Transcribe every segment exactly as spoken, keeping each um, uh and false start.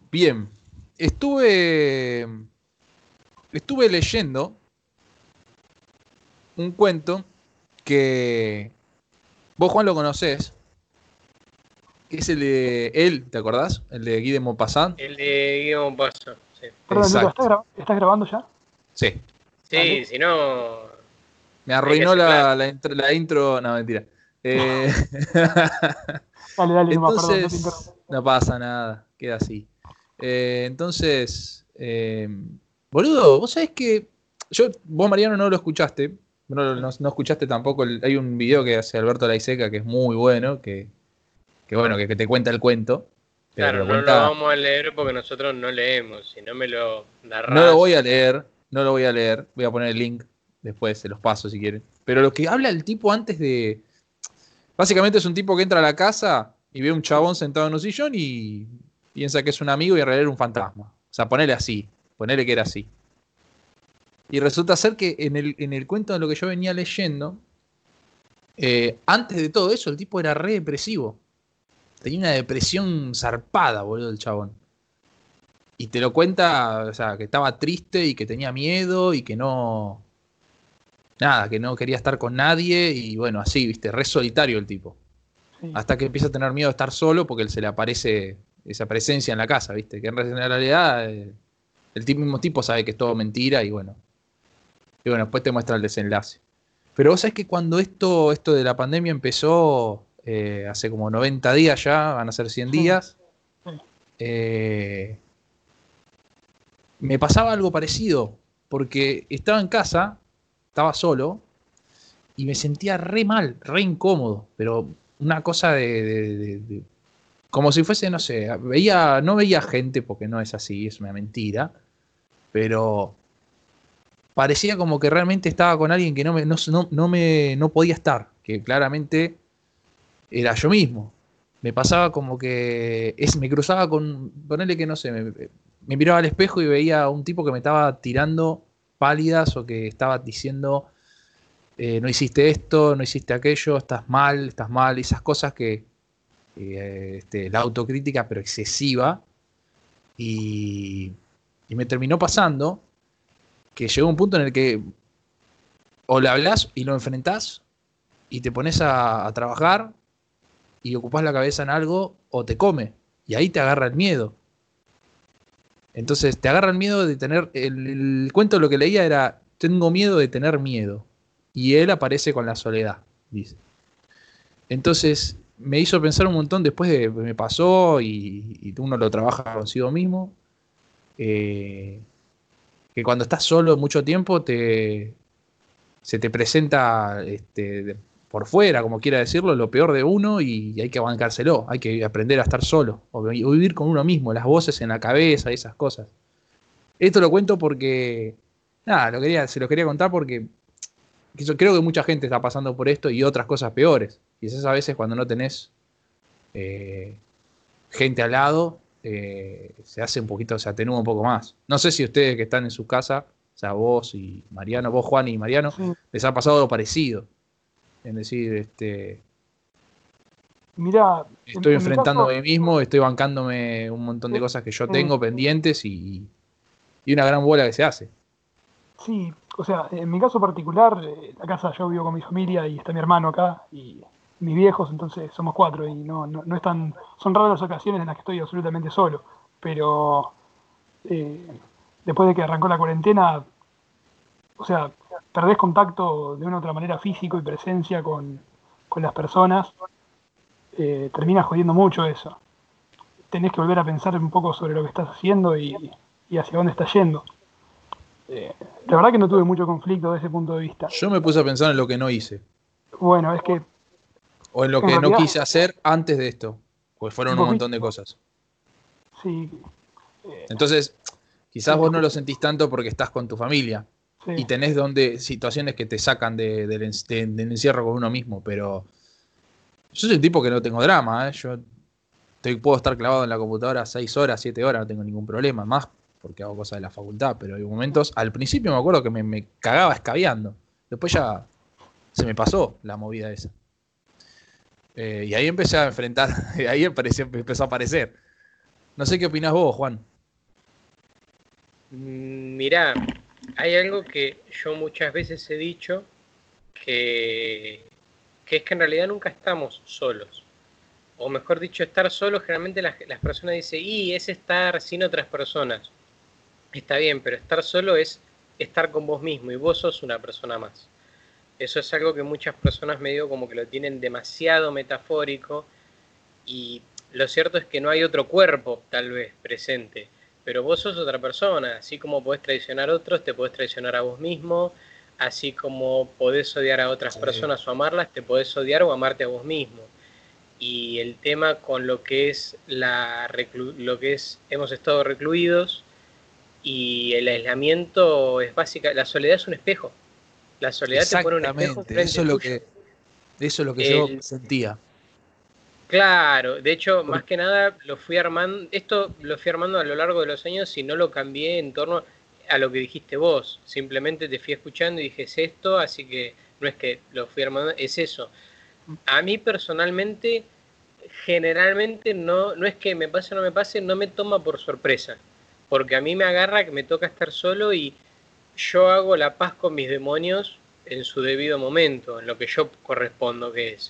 Bien, estuve, estuve leyendo un cuento que vos, Juan, lo conocés, que es el de él, ¿te acordás? El de Guy de Maupassant. El de Guillermo Paso, sí. Perdón, Lucas, ¿estás, Exacto, gra- estás grabando ya? sí. Sí, Dale. si no, Me hay que arruinó hacer plata. la, la, intro, la intro, no, mentira. Eh, Dale, dale, nomás, perdón, no te entonces, interrumpo. no pasa nada, queda así. Eh, entonces, eh, boludo, vos sabés que yo, vos, Mariano, no lo escuchaste, no, no, no escuchaste tampoco, el- hay un video que hace Alberto Laiseca que es muy bueno, que, que bueno, que, que te cuenta el cuento, pero te Claro, lo no lo cuenta, vamos a leer porque nosotros no leemos. Si no me lo no lo voy a narrás, leer, no lo voy a leer, voy a poner el link, después se los paso si quieren. Pero lo que habla el tipo antes de, básicamente es un tipo que entra a la casa y ve un chabón sentado en un sillón y piensa que es un amigo y en realidad era un fantasma. O sea, ponele así, ponele que era así. Y resulta ser que en el, en el cuento de lo que yo venía leyendo, eh, antes de todo eso, el tipo era re depresivo. Tenía una depresión zarpada, boludo, el chabón. Y te lo cuenta, o sea, que estaba triste y que tenía miedo y que no. Nada, que no quería estar con nadie y bueno, así, viste, re solitario el tipo. Sí, Hasta que empieza a tener miedo de estar solo porque se le aparece esa presencia en la casa, viste. Que en realidad eh, el mismo tipo sabe que es todo mentira y bueno. Y bueno, después te muestra el desenlace. Pero vos sabés que cuando esto, esto de la pandemia empezó, eh, hace como noventa días ya, van a ser cien sí, días, sí. eh, me pasaba algo parecido, porque estaba en casa, estaba solo, y me sentía re mal, re incómodo, pero una cosa de, de- de- de- como si fuese, no sé, veía, no veía gente, porque no es así, es una mentira, pero parecía como que realmente estaba con alguien que no me, no, no, no me, no podía estar, que claramente era yo mismo. Me pasaba como que es, me cruzaba con, ponerle que no sé, me, me miraba al espejo y veía a un tipo que me estaba tirando pálidas o que estaba diciendo, eh, no hiciste esto, no hiciste aquello, estás mal, estás mal, esas cosas que, eh, este, la autocrítica pero excesiva, y, y me terminó pasando que llegó un punto en el que o le hablas y lo enfrentás y te pones a, a trabajar y ocupás la cabeza en algo o te come. Y ahí te agarra el miedo. Entonces te agarra el miedo de tener. El, el cuento lo que leía era: tengo miedo de tener miedo. Y él aparece con la soledad, dice. Entonces me hizo pensar un montón después de que me pasó y, y uno lo trabaja consigo mismo. eh, que cuando estás solo mucho tiempo te, se te presenta este, de- por fuera, como quiera decirlo, lo peor de uno y hay que bancárselo, hay que aprender a estar solo o, vi- o vivir con uno mismo, las voces en la cabeza y esas cosas. Esto lo cuento porque, nada, lo quería, se lo quería contar porque creo que mucha gente está pasando por esto y otras cosas peores. Quizás a veces cuando no tenés eh, gente al lado, eh, se hace un poquito, se atenúa un poco más. No sé si ustedes que están en su casa, o sea, vos y Mariano, vos, Juan y Mariano, Sí. les ha pasado algo parecido. Es decir, este, Mirá, en, estoy en mi enfrentando a caso, mí mismo, estoy bancándome un montón de eh, cosas que yo eh, tengo pendientes y, y una gran bola que se hace. sí, o sea, en mi caso particular, eh, la casa yo vivo con mi familia y está mi hermano acá y mis viejos, entonces somos cuatro y no, no, no es tan, son raras las ocasiones en las que estoy absolutamente solo, pero eh, después de que arrancó la cuarentena, o sea, perdés contacto de una u otra manera físico y presencia con, con las personas, eh, termina jodiendo mucho eso. Tenés que volver a pensar un poco sobre lo que estás haciendo y, y hacia dónde estás yendo. Eh, la verdad que no tuve mucho conflicto desde ese punto de vista. Yo me puse a pensar en lo que no hice Bueno, es que o en lo en que no realidad, quise hacer antes de esto, pues fueron un vos montón viste, de cosas. sí, eh, Entonces, quizás sí, te vos no lo escucho. sentís tanto porque estás con tu familia Sí, y tenés donde situaciones que te sacan de, del, de, del encierro con uno mismo, pero yo soy el tipo que no tengo drama, ¿eh? Yo estoy, puedo estar clavado en la computadora seis horas, siete horas, no tengo ningún problema, más porque hago cosas de la facultad, pero hay momentos, al principio me acuerdo que me, me cagaba escabeando, después ya se me pasó la movida esa. Eh, y ahí empecé a enfrentar, ahí empezó, empezó a aparecer. No sé qué opinás vos, Juan. Mirá, hay algo que yo muchas veces he dicho, que, que es que en realidad nunca estamos solos. O mejor dicho, estar solo, generalmente las, las personas dicen, y es estar sin otras personas. Está bien, pero estar solo es estar con vos mismo y vos sos una persona más. Eso es algo que muchas personas medio como que lo tienen demasiado metafórico, y lo cierto es que no hay otro cuerpo tal vez presente, pero vos sos otra persona. Así como podés traicionar a otros, te podés traicionar a vos mismo. Así como podés odiar a otras sí. personas o amarlas, te podés odiar o amarte a vos mismo. Y el tema con lo que es la reclu lo que es hemos estado recluidos y el aislamiento es básica. La soledad es un espejo. La soledad te pone un espejo frente eso es lo que eso es lo que el, yo sentía. Claro, de hecho, más que nada lo fui armando, esto lo fui armando a lo largo de los años y no lo cambié en torno a lo que dijiste vos. Simplemente te fui escuchando y dije, es esto, así que no es que lo fui armando, es eso. A mí personalmente, generalmente no, no es que me pase o no me pase, no me toma por sorpresa. Porque a mí me agarra que me toca estar solo y yo hago la paz con mis demonios en su debido momento, en lo que yo correspondo, que es.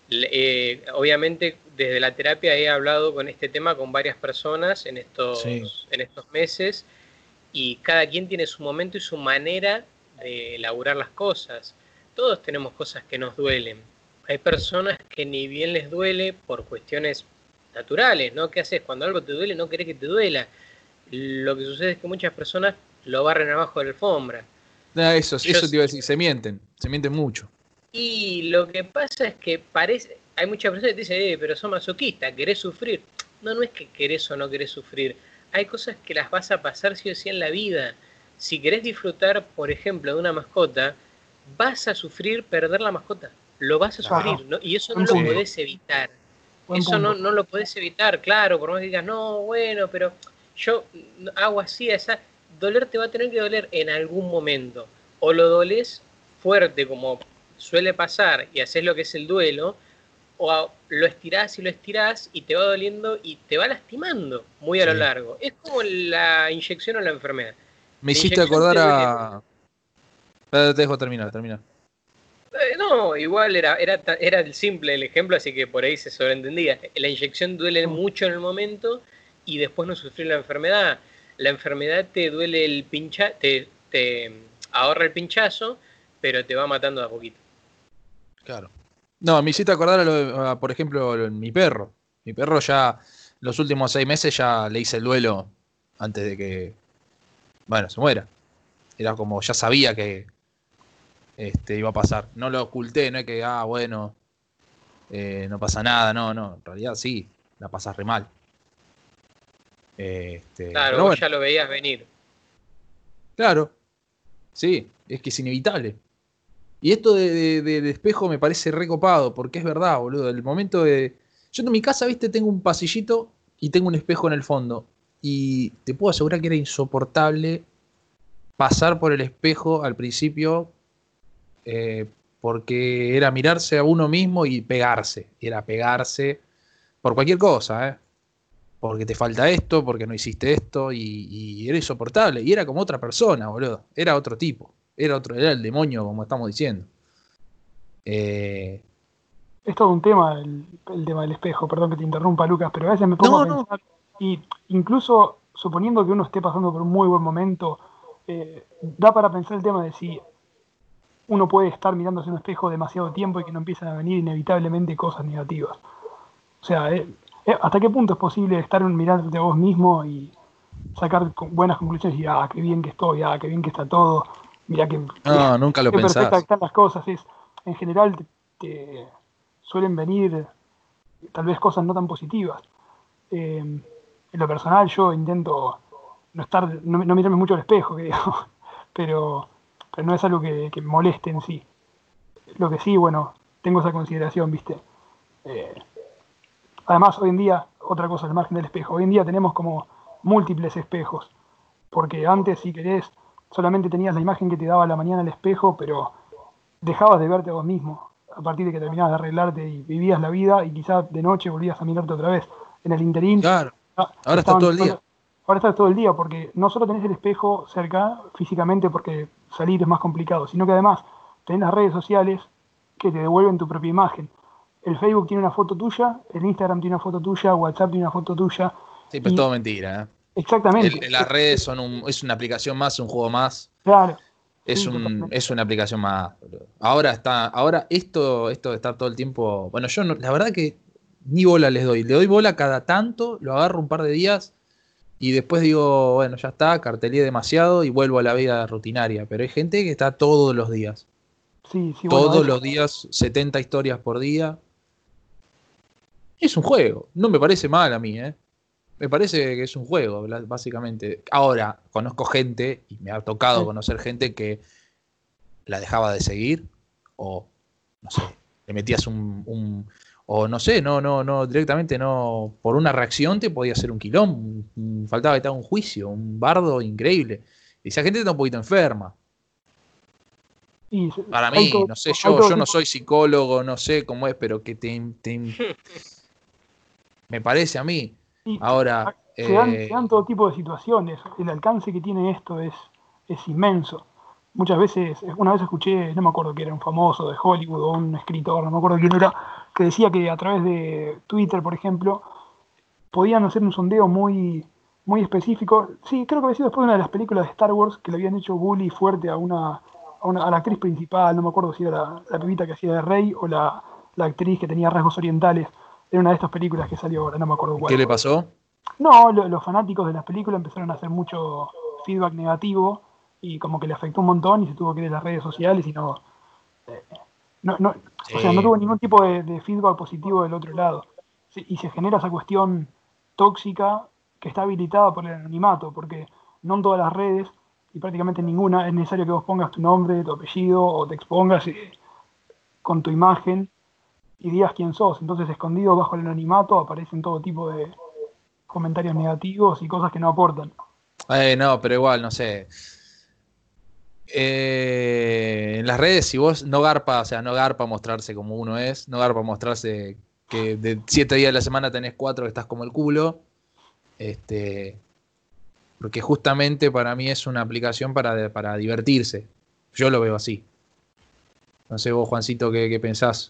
Eh, obviamente desde la terapia he hablado con este tema con varias personas en estos, sí. en estos meses, y cada quien tiene su momento y su manera de elaborar las cosas. Todos tenemos cosas que nos duelen. Hay personas que ni bien les duele por cuestiones naturales, ¿no? ¿Qué haces? Cuando algo te duele no querés que te duela. Lo que sucede es que muchas personas lo barren abajo de la alfombra. No, eso, eso te iba a decir, se mienten, se mienten mucho. Y lo que pasa es que parece, hay muchas personas que te dicen, eh, pero sos masoquista, querés sufrir. No, no es que querés o no querés sufrir. Hay cosas que las vas a pasar sí o sí en la vida. Si querés disfrutar, por ejemplo, de una mascota, vas a sufrir perder la mascota. Lo vas a sufrir, claro. ¿no? Y eso no sí. lo podés evitar. Buen eso no, no lo podés evitar, claro, por más que digas, no, bueno, pero yo hago así, esa. Doler te va a tener que doler en algún momento. O lo dolés fuerte, como suele pasar, y haces lo que es el duelo, o lo estirás y lo estirás y te va doliendo y te va lastimando muy a sí. lo largo. Es como la inyección o la enfermedad. Me la hiciste acordar a... Te dejo terminar, terminar. Eh, no, igual era, era, era el simple el ejemplo, así que por ahí se sobreentendía. La inyección duele mucho en el momento y después no sufrir la enfermedad. La enfermedad te duele el pincha, te, te ahorra el pinchazo, pero te va matando de a poquito. Claro. No, me hiciste acordar, a lo, a, por ejemplo, a mi perro. Mi perro ya, los últimos seis meses ya le hice el duelo antes de que, bueno, se muera. Era como, ya sabía que este, iba a pasar. No lo oculté, no es que, ah, bueno, eh, no pasa nada. No, no, en realidad sí, la pasas re mal. Este, claro, vos bueno. ya lo veías venir. Claro, sí, es que es inevitable. Y esto de, de, de, de espejo me parece recopado, porque es verdad, boludo. El momento de... Yo en mi casa, viste, tengo un pasillito y tengo un espejo en el fondo. Y te puedo asegurar que era insoportable pasar por el espejo al principio, eh, porque era mirarse a uno mismo y pegarse. Era pegarse por cualquier cosa, ¿eh? Porque te falta esto, porque no hiciste esto, y, y era insoportable. Y era como otra persona, boludo. Era otro tipo. Era otro, era el demonio, como estamos diciendo. Eh... Es todo un tema, el, el tema del espejo. Perdón que te interrumpa, Lucas, pero a veces me pongo no, a pensar, no. y incluso suponiendo que uno esté pasando por un muy buen momento, eh, da para pensar el tema de si uno puede estar mirándose en un espejo demasiado tiempo y que no empiezan a venir inevitablemente cosas negativas. O sea, eh, ¿hasta qué punto es posible estar mirándote a vos mismo y sacar buenas conclusiones y, ah, qué bien que estoy, ah, qué bien que está todo, mirá que, no, que, nunca lo qué pensás. perfectas están las cosas? Es, en general te, te suelen venir tal vez cosas no tan positivas. Eh, en lo personal yo intento no estar, no, no mirarme mucho al espejo, que digo, pero, pero no es algo que, que me moleste en sí. Lo que sí, bueno, tengo esa consideración, ¿viste? Eh, además, hoy en día, otra cosa al margen del espejo, hoy en día tenemos como múltiples espejos, porque antes, si querés, solamente tenías la imagen que te daba a la mañana el espejo, pero dejabas de verte a vos mismo a partir de que terminabas de arreglarte y vivías la vida y quizás de noche volvías a mirarte otra vez. En el interín, claro. Ah, Ahora está estaban todo el día. todo- ahora estás todo el día, porque no solo tenés el espejo cerca físicamente porque salir es más complicado, sino que además tenés las redes sociales que te devuelven tu propia imagen. El Facebook tiene una foto tuya, el Instagram tiene una foto tuya, WhatsApp tiene una foto tuya, Sí, pero es y todo mentira, ¿eh? El- exactamente, las es- redes es- son un, es una aplicación más, un juego más. claro, Es sí, un, totalmente. es una aplicación más, boludo. Ahora está, ahora esto, esto de estar todo el tiempo. Bueno, yo no, la verdad que ni bola les doy. Le doy bola cada tanto, lo agarro un par de días y después digo, bueno, ya está, cartelé demasiado y vuelvo a la vida rutinaria. Pero hay gente que está todos los días. Sí, sí, bueno, Todos es, los días, setenta historias por día. Es un juego. No me parece mal a mí, ¿eh? Me parece que es un juego, bla- básicamente. Ahora, conozco gente, y me ha tocado sí, conocer gente que la dejaba de seguir, o no sé, le metías un, un- o no sé, no, no, no, directamente no, por una reacción te podía hacer un quilombo, un- un- faltaba que te haga un juicio, un bardo increíble. Y esa gente está un poquito enferma. y se- Para hay mí, todo no sé, hay yo, todo yo no tipo, soy psicólogo, no sé cómo es, pero que te, te- me parece a mí. y Ahora, se dan, se eh, dan todo tipo de situaciones. El alcance que tiene esto es, es inmenso. Muchas veces, una vez escuché, no me acuerdo que era un famoso de Hollywood o un escritor, no me acuerdo quién era, que decía que a través de Twitter, por ejemplo, podían hacer un sondeo muy, muy específico. Sí, creo que había sido después de una de las películas de Star Wars que le habían hecho bully fuerte a una, a una a la actriz principal, no me acuerdo si era la, la pibita que hacía de Rey o la, la actriz que tenía rasgos orientales. Era una de estas películas que salió ahora, no me acuerdo ¿qué cuál. le pasó? No, lo- los fanáticos de las películas empezaron a hacer mucho feedback negativo y como que le afectó un montón y se tuvo que ir a las redes sociales y no, no, no- o sea, no Sí. tuvo ningún tipo de, de feedback positivo del otro lado. Sí, y se genera esa cuestión tóxica que está habilitada por el anonimato, porque no en todas las redes y prácticamente en ninguna es necesario que vos pongas tu nombre, tu apellido o te expongas eh, con tu imagen y digas quién sos. Entonces, escondido bajo el anonimato aparecen todo tipo de comentarios negativos y cosas que no aportan. Eh, no, pero igual, no sé. Eh, en las redes, si vos no garpa, o sea, no garpa mostrarse como uno es, no garpa mostrarse que de siete días de la semana tenés cuatro que estás como el culo, este, porque justamente para mí es una aplicación para, para divertirse. Yo lo veo así. No sé vos, Juancito, qué, qué pensás.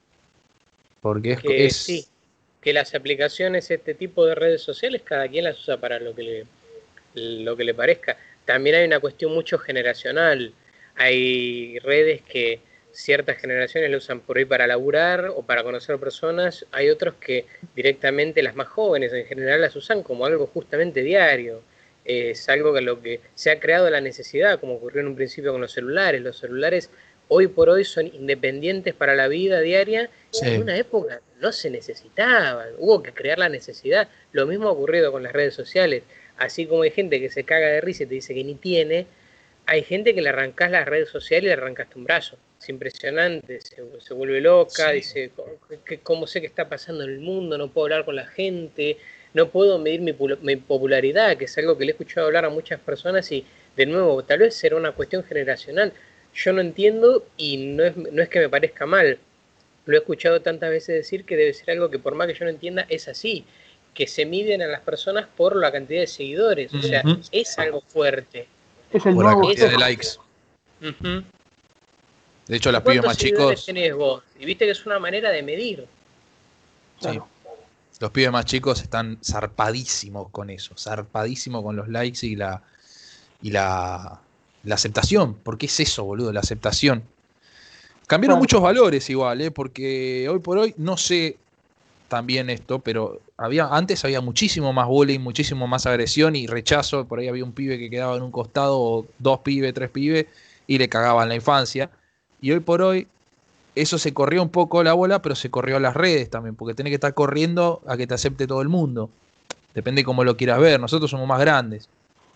Porque es, Que sí, es... que las aplicaciones, este tipo de redes sociales, cada quien las usa para lo que le, lo que le parezca. También hay una cuestión mucho generacional. Hay redes que ciertas generaciones lo usan por ahí para laburar o para conocer personas. Hay otros que directamente, las más jóvenes en general, las usan como algo justamente diario. Es algo que lo que se ha creado la necesidad, como ocurrió en un principio con los celulares. Los celulares hoy por hoy son independientes para la vida diaria y en Sí. una época no se necesitaban, hubo que crear la necesidad. Lo mismo ha ocurrido con las redes sociales. Así como hay gente que se caga de risa y te dice que ni tiene, hay gente que le arrancás las redes sociales y le arrancaste un brazo. Es impresionante, se, se vuelve loca, Sí. dice, ¿cómo sé qué está pasando en el mundo? No puedo hablar con la gente, no puedo medir mi, mi popularidad, que es algo que le he escuchado hablar a muchas personas y, de nuevo, tal vez será una cuestión generacional. Yo no entiendo y no es, no es que me parezca mal. Lo he escuchado tantas veces decir que debe ser algo que por más que yo no entienda es así, que se miden a las personas por la cantidad de seguidores, o sea, Ujú. es algo fuerte. Es el Por la nuevo cantidad de Es... espejo. likes. Uh-huh. De hecho, ¿Y las pibes cuántos más seguidores chicos, tenés vos? Y viste que es una manera de medir. sí, Claro. los pibes más chicos están zarpadísimos con eso, zarpadísimos con los likes y la y la, la aceptación, porque es eso, boludo, la aceptación. Cambiaron Claro. muchos valores igual, ¿eh? Porque hoy por hoy, no sé también esto, pero había, antes había muchísimo más bullying, muchísimo más agresión y rechazo. Por ahí había un pibe que quedaba en un costado, o dos pibes, tres pibes, y le cagaban la infancia. Y hoy por hoy, eso se corrió un poco la bola, pero se corrió a las redes también, porque tenés que estar corriendo a que te acepte todo el mundo. Depende cómo lo quieras ver. Nosotros somos más grandes.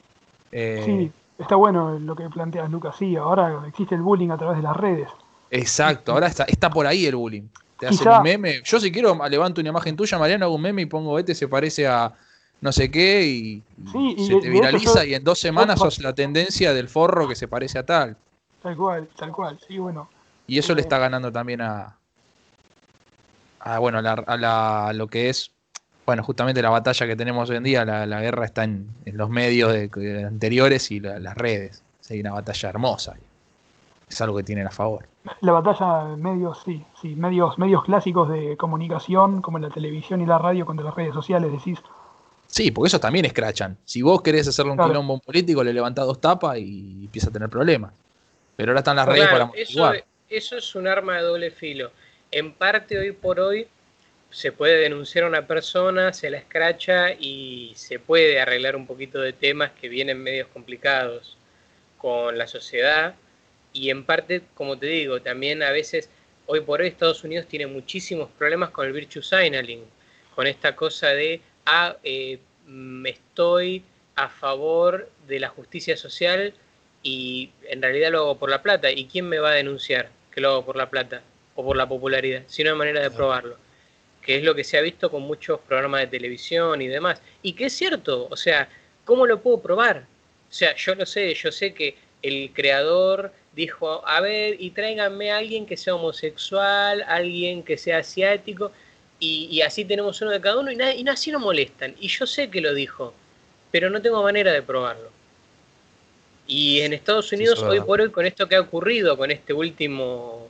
Eh, Sí, está bueno lo que planteas, Lucas. Sí, ahora existe el bullying a través de las redes. Exacto, ahora está, está por ahí el bullying. Te hacen un Quizá, meme. Yo si quiero levanto una imagen tuya, Mariano, hago un meme y pongo este se parece a no sé qué y, y sí, y se de, te de hecho yo, viraliza y en dos yo semanas sos la tendencia del forro que se parece a tal. tal cual, tal cual, sí, bueno. Y eso le eh, está ganando también a, a bueno, a, la, a, la, a lo que es bueno, justamente la batalla que tenemos hoy en día, la, la guerra está en, en los medios de, de anteriores y la, las redes. O sea, hay una batalla hermosa. Es algo que tienen a favor. La batalla de medios, sí, sí, medios, medios clásicos de comunicación, como la televisión y la radio contra las redes sociales, decís. Sí, porque eso también escrachan. Si vos querés hacerle un Claro. quilombo a un político, le levantás dos tapas y empieza a tener problemas. Pero ahora están las Claro, redes para eso, amortiguar. eso es un arma de doble filo. En parte, hoy por hoy, se puede denunciar a una persona, se la escracha y se puede arreglar un poquito de temas que vienen medios complicados con la sociedad. Y en parte, como te digo, también a veces, hoy por hoy Estados Unidos tiene muchísimos problemas con el virtue signaling, con esta cosa de, ah, eh, estoy a favor de la justicia social y en realidad lo hago por la plata. ¿Y quién me va a denunciar que lo hago por la plata o por la popularidad? Si no hay manera de probarlo. Que es lo que se ha visto con muchos programas de televisión y demás. Y que es cierto, o sea, ¿cómo lo puedo probar? O sea, yo lo sé, yo sé que el creador dijo, a ver, y tráiganme a alguien que sea homosexual, alguien que sea asiático, y, y así tenemos uno de cada uno, y, na- y así no molestan. Y yo sé que lo dijo, pero no tengo manera de probarlo. Y en Estados Sí, Unidos, eso es hoy verdad. por hoy, con esto que ha ocurrido, con este último,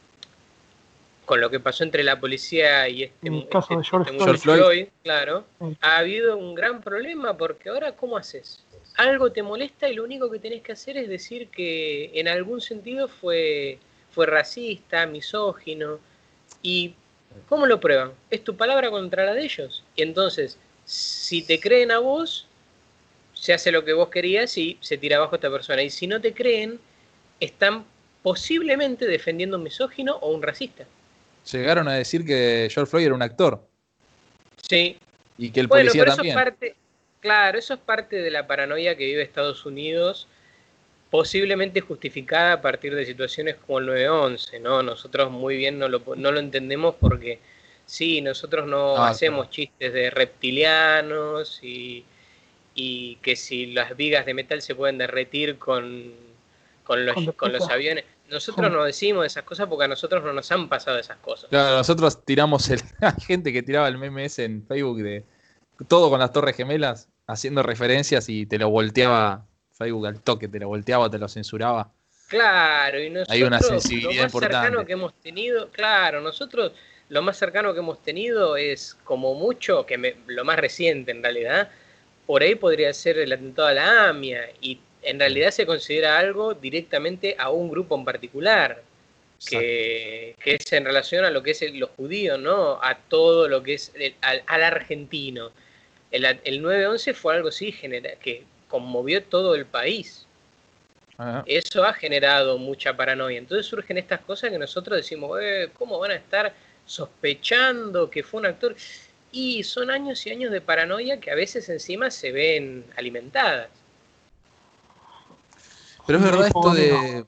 con lo que pasó entre la policía y este, El caso este, de George este Floyd. muchacho Floyd, claro, Sí. ha habido un gran problema porque ahora, ¿cómo haces? Algo te molesta y lo único que tenés que hacer es decir que en algún sentido fue, fue racista, misógino. ¿Y cómo lo prueban? Es tu palabra contra la de ellos. Y entonces, si te creen a vos, se hace lo que vos querías y se tira abajo esta persona. Y si no te creen, están posiblemente defendiendo un misógino o un racista. Llegaron a decir que George Floyd era un actor. Sí. Y que el Bueno, policía pero eso es también. parte, claro, eso es parte de la paranoia que vive Estados Unidos, posiblemente justificada a partir de situaciones como el nueve once, ¿no? Nosotros muy bien no lo, no lo entendemos porque sí, nosotros no Ah, hacemos claro. chistes de reptilianos y, y que si las vigas de metal se pueden derretir con, con, los, Con con los defensa. aviones. Sí. Nosotros no decimos esas cosas porque a nosotros no nos han pasado esas cosas. Claro, nosotros tiramos el. Hay gente que tiraba el meme ese en Facebook de todo con las Torres Gemelas, haciendo referencias y te lo volteaba Facebook al toque, te lo volteaba, te lo censuraba. Claro, y Hay una nosotros lo sensibilidad más cercano importante. que hemos tenido, claro, nosotros lo más cercano que hemos tenido es como mucho, que me, lo más reciente en realidad, por ahí podría ser el atentado a la AMIA, y en realidad se considera algo directamente a un grupo en particular, que, que es en relación a lo que es el, los judíos, ¿no? A todo lo que es el, al, al argentino. El, el nueve once fue algo así genera, que conmovió todo el país. Ajá. Eso ha generado mucha paranoia. Entonces surgen estas cosas que nosotros decimos, eh, ¿cómo van a estar sospechando que fue un actor? Y son años y años de paranoia que a veces encima se ven alimentadas. Pero es Sí, hay verdad esto fogones. de.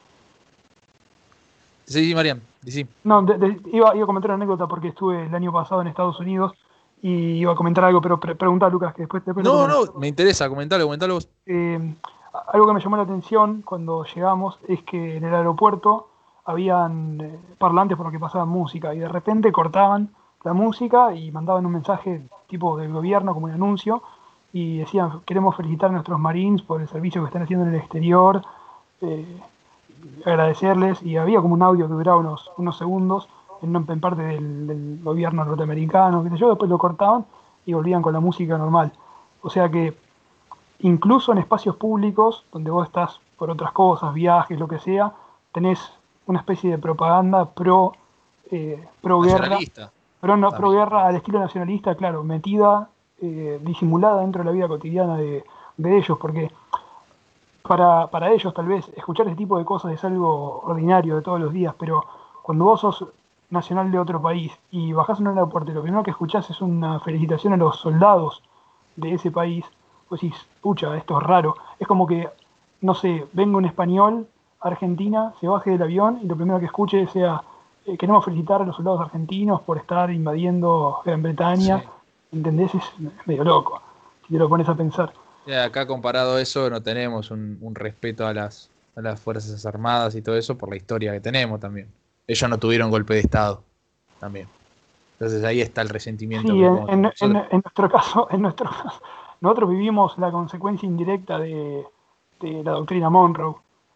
Sí, Mariam, sí. No, de- de- iba, iba a comentar una anécdota porque estuve el año pasado en Estados Unidos y iba a comentar algo, pero pre pregunta a Lucas, que después, después lo No, comento. no, me interesa, comentalo, comentalo vos. Eh, algo que me llamó la atención cuando llegamos es que en el aeropuerto habían eh, parlantes por lo que pasaba música y de repente cortaban la música y mandaban un mensaje tipo del gobierno como un anuncio y decían queremos felicitar a nuestros Marines por el servicio que están haciendo en el exterior, eh, agradecerles y había como un audio que duraba unos, unos segundos en, en parte del, del gobierno norteamericano, qué sé yo, después lo cortaban y volvían con la música normal. O sea que incluso en espacios públicos, donde vos estás por otras cosas, viajes, lo que sea, tenés una especie de propaganda pro, eh, pro guerra, Nacionalista. pro, no, pro También. guerra al estilo nacionalista, claro, metida, eh, disimulada dentro de la vida cotidiana de, de ellos, porque para, para ellos tal vez escuchar ese tipo de cosas es algo ordinario de todos los días, pero cuando vos sos nacional de otro país y bajás en un aeropuerto y lo primero que escuchás es una felicitación a los soldados de ese país, pues decís, pucha, esto es raro. Es como que, no sé, venga un español a Argentina, se baje del avión y lo primero que escuche sea, eh, queremos felicitar a los soldados argentinos por estar invadiendo Gran Bretaña. Sí. ¿Entendés? Es medio loco, si te lo pones a pensar. Ya, acá comparado a eso no tenemos un, un respeto a las, a las Fuerzas Armadas y todo eso por la historia que tenemos también. Ellos no tuvieron golpe de Estado también. Entonces ahí está el resentimiento. Sí, que en, como en- nosotros. en- en nuestro caso, en nuestro caso, nosotros vivimos la consecuencia indirecta de, de la doctrina Monroe.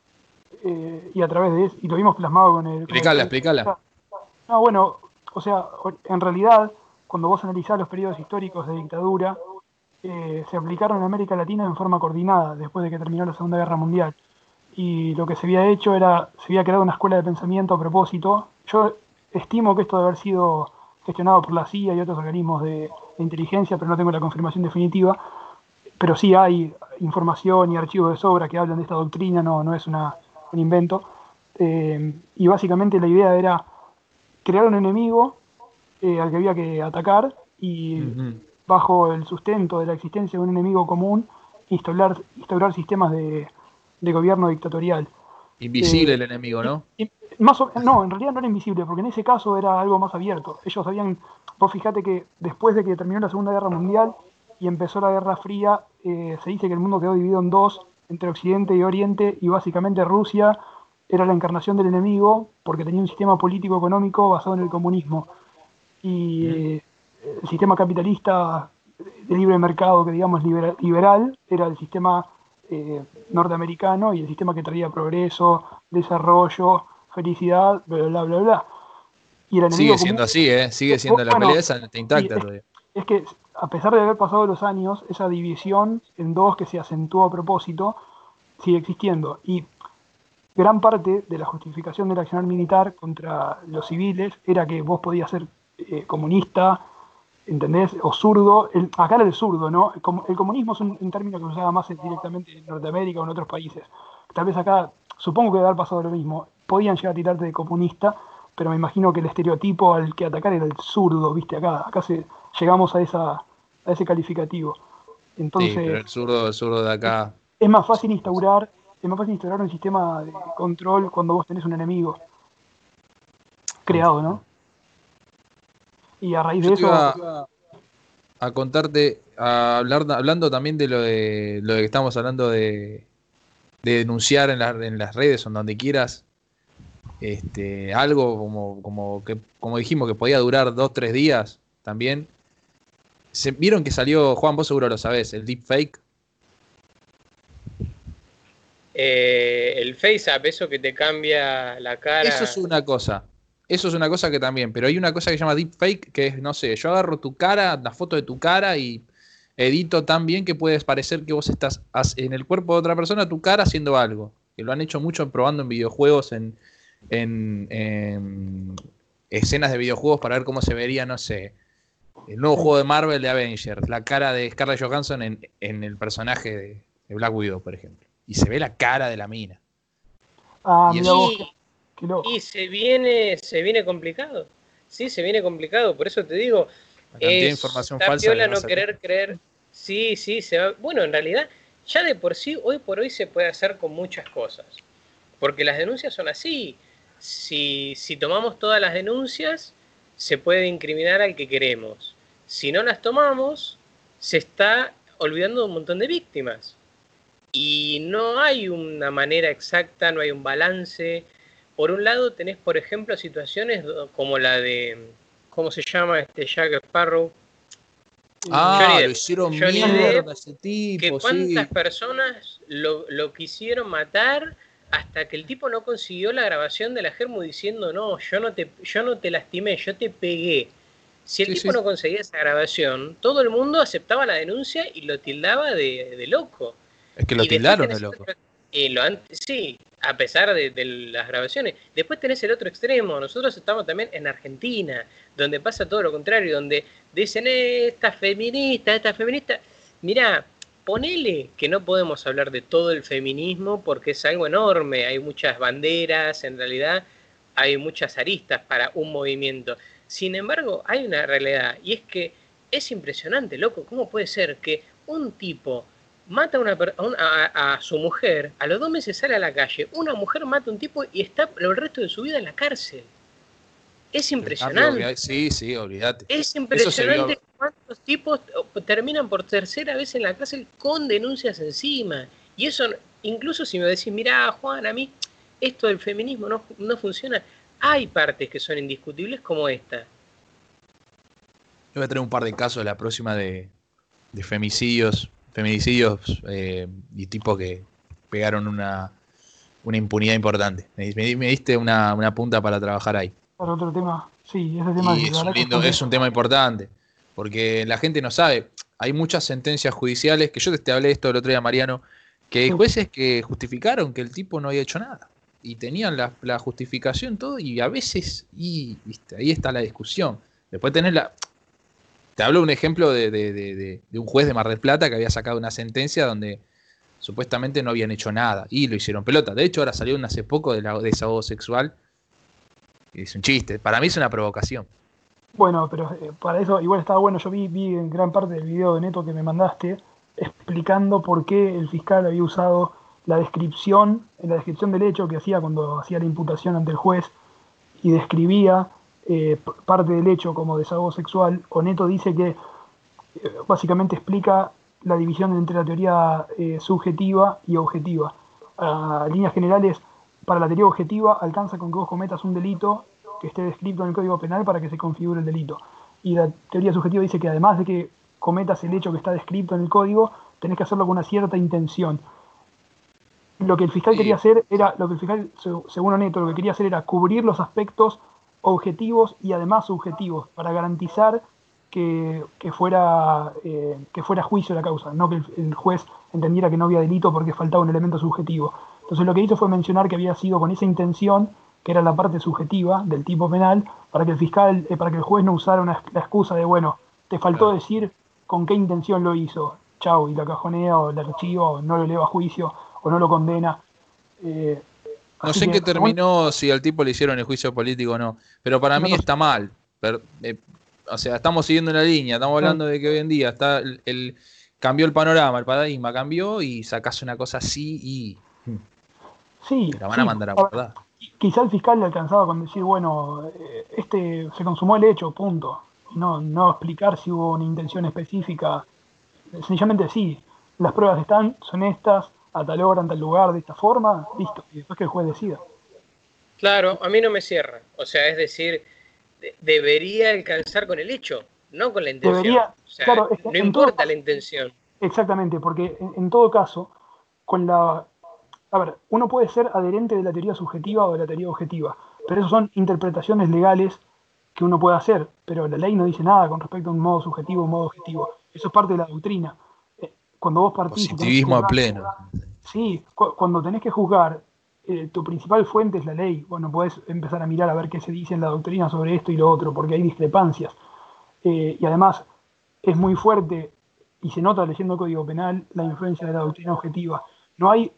Eh, y a través de eso, y lo vimos plasmado con el, con el Explicala, periodo explicala. militar. No, bueno, o sea, o- en realidad, cuando vos analizás los periodos históricos de dictadura, eh, se aplicaron en América Latina en forma coordinada después de que terminó la Segunda Guerra Mundial. Y lo que se había hecho era, se había creado una escuela de pensamiento a propósito. Yo estimo que esto debe haber sido gestionado por la C I A y otros organismos de, de inteligencia, pero no tengo la confirmación definitiva. Pero sí hay información y archivos de sobra que hablan de esta doctrina, no, no es una, un invento. Eh, y básicamente la idea era crear un enemigo eh, al que había que atacar y Ujú. bajo el sustento de la existencia de un enemigo común, instaurar, instaurar sistemas de, de gobierno dictatorial. Invisible Eh, el enemigo, y- ¿no? y más o- no, en realidad no era invisible, porque en ese caso era algo más abierto. Ellos habían, vos fíjate que después de que terminó la Segunda Guerra Mundial y empezó la Guerra Fría, eh, se dice que el mundo quedó dividido en dos, entre Occidente y Oriente, y básicamente Rusia era la encarnación del enemigo porque tenía un sistema político-económico basado en el comunismo. Y ¿Mm? eh, el sistema capitalista de libre mercado, que digamos libera- liberal, era el sistema eh, norteamericano y el sistema que traía progreso, desarrollo, felicidad, bla, bla, bla, bla. Y el Sigue enemigo común, siendo así, ¿eh? Sigue bu- siendo la bueno, pelea esa está sí, intacta es, todavía. es que a pesar de haber pasado los años, esa división en dos que se acentuó a propósito, sigue existiendo. Y gran parte de la justificación del accionar militar contra los civiles era que vos podías ser eh, comunista, ¿entendés? O zurdo. El, acá era el zurdo, ¿no? El, com- el comunismo es un, un término que se usaba más directamente en Norteamérica o en otros países. Tal vez acá, supongo que debe haber pasado lo mismo. Podían llegar a tirarte de comunista, pero me imagino que el estereotipo al que atacar era el zurdo, ¿viste? Acá, acá se, llegamos a, esa, a ese calificativo. Sí, pero Entonces, el zurdo, el zurdo de es, acá. es más Es fácil otra cosa. instaurar, es más fácil instaurar un sistema de control cuando vos tenés un enemigo creado, ¿no? Y a raíz Yo de te eso, iba a contarte, a hablar, hablando también de lo de lo de que estamos hablando de, de denunciar en, la- en las redes o en donde quieras, este, algo como, como, que, como dijimos que podía durar dos, tres días también. Se, ¿Vieron que salió, Juan, vos seguro lo sabés, el deepfake? Eh, el FaceApp, eso que te cambia la Eso es cara. una cosa. Eso es una cosa que también, pero hay una cosa que se llama deepfake, que es, no sé, yo agarro tu cara, la foto de tu cara y edito tan bien que puedes parecer que vos estás en el cuerpo de otra persona, tu cara haciendo algo. Que lo han hecho mucho probando en videojuegos, en, en, en escenas de videojuegos para ver cómo se vería, no sé, el nuevo sí. juego de Marvel de Avengers, la cara de Scarlett Johansson en, en el personaje de, de Black Widow, por ejemplo. Y se ve la cara de la mina. Ah, Y mira eso vos, qué, Y, qué loco. y se viene, se viene complicado. Sí, se viene complicado. Por eso te digo, la cantidad de es información está falsa que piola va a no salir. querer creer. Sí, sí, se va. Bueno, en realidad, ya de por sí, hoy por hoy se puede hacer con muchas cosas. Porque las denuncias son así. Si, si tomamos todas las denuncias, se puede incriminar al que queremos. Si no las tomamos, se está olvidando de un montón de víctimas. Y no hay una manera exacta, no hay un balance. Por un lado tenés, por ejemplo, situaciones como la de, ¿cómo se llama este Jack Sparrow? Johnny Ah, lo Depp. hicieron Johnny Johnny Depp. Depp, mierda ese que tipo, cuántas sí. personas lo, lo quisieron matar hasta que el tipo no consiguió la grabación de la Germu diciendo, no, yo no te, yo no te lastimé, yo te pegué. Si el Sí, tipo sí. no conseguía esa grabación, todo el mundo aceptaba la denuncia y lo tildaba de, de loco. Es que lo Y después tildaron de tenés el loco. otro, eh, lo antes, sí, a pesar de, de las grabaciones. Después tenés el otro extremo. Nosotros estamos también en Argentina, donde pasa todo lo contrario, donde dicen, eh, esta feminista, esta feminista. Mirá, ponele que no podemos hablar de todo el feminismo porque es algo enorme. Hay muchas banderas, en realidad hay muchas aristas para un movimiento. Sin embargo, hay una realidad y es que es impresionante, loco, ¿cómo puede ser que un tipo mata a, una, a, a, a su mujer, a los dos meses sale a la calle, una mujer mata a un tipo y está el resto de su vida en la cárcel? Es El cambio que impresionante. hay. Sí, sí, olvídate. Es Eso se impresionante vio. cuántos tipos terminan por tercera vez en la cárcel con denuncias encima. Y eso, incluso si me decís, mirá, Juan, a mí esto del feminismo no, no funciona, hay partes que son indiscutibles como esta. Yo voy a traer un par de casos la próxima de, de femicidios, feminicidios eh, y tipos que pegaron una, una impunidad importante. Me, me, me diste una, una punta para trabajar ahí. Para otro tema, sí, ese tema Y la es un, verdad que es lindo, es complejo. un tema importante, porque la gente no sabe. Hay muchas sentencias judiciales, que yo te, te hablé de esto el otro día, Mariano, que hay Sí. jueces que justificaron que el tipo no había hecho nada. Y tenían la, la justificación, todo, y a veces, y viste, ahí está la discusión. Después tenés la... Te hablo de un ejemplo de, de, de, de, de un juez de Mar del Plata que había sacado una sentencia donde supuestamente no habían hecho nada, y lo hicieron pelota. De hecho, ahora salió un hace poco de, la, de desahogo sexual, y es un chiste. Para mí es una provocación. Bueno, pero eh, para eso igual estaba bueno. Yo vi, vi en gran parte del video de Neto que me mandaste explicando por qué el fiscal había usado la descripción, en la descripción del hecho que hacía cuando hacía la imputación ante el juez y describía eh, p- parte del hecho como desahogo sexual. O Neto dice que eh, básicamente explica la división entre la teoría eh, subjetiva y objetiva. A líneas generales, para la teoría objetiva alcanza con que vos cometas un delito que esté descrito en el Código Penal para que se configure el delito. Y la teoría subjetiva dice que además de que cometas el hecho que está descrito en el código, tenés que hacerlo con una cierta intención. Lo que el fiscal quería Sí, hacer era, lo que el fiscal, según Neto, lo que quería hacer era cubrir los aspectos objetivos y además subjetivos para garantizar que, que fuera, eh, que fuera juicio la causa, no que el, el juez entendiera que no había delito porque faltaba un elemento subjetivo. Entonces lo que hizo fue mencionar que había sido con esa intención, que era la parte subjetiva del tipo penal, para que el fiscal, eh, para que el juez no usara una, la excusa de, bueno, te faltó claro. decir con qué intención lo hizo, chau, y la cajonea o la archiva o no lo eleva a juicio o no lo condena. Eh, No así sé en que, qué según, terminó, si al tipo le hicieron el juicio político o no, pero para no mí lo sé. está mal. Pero, eh, o sea, estamos siguiendo una línea, estamos Eh, hablando de que hoy en día está el, el- cambió el panorama, el paradigma cambió y sacás una cosa así y mm, sí, te la van a sí. mandar a A ver, guardar. quizá el fiscal le alcanzaba con decir, bueno, eh, este se consumó el hecho, punto. Y no, no explicar si hubo una intención específica. Sencillamente sí, las pruebas están, son estas, a tal hora, en tal lugar, de esta forma, listo. Y después que el juez decida. Claro, a mí no me cierra. O sea, es decir, de- debería alcanzar con el hecho, no con la intención. Debería, O sea, claro, es que no en todo importa la caso, intención. exactamente, porque en, en todo caso, con la... A ver, uno puede ser adherente de la teoría subjetiva o de la teoría objetiva, pero eso son interpretaciones legales que uno puede hacer, pero la ley no dice nada con respecto a un modo subjetivo o un modo objetivo. Eso es parte de la doctrina. Eh, Cuando vos partís y tenés que Positivismo a juzgar, pleno. sí, cu- cuando tenés que juzgar, eh, tu principal fuente es la ley. Bueno, podés empezar a mirar a ver qué se dice en la doctrina sobre esto y lo otro, porque hay discrepancias. Eh, y además es muy fuerte, y se nota leyendo el Código Penal, la influencia de la doctrina objetiva. No hay,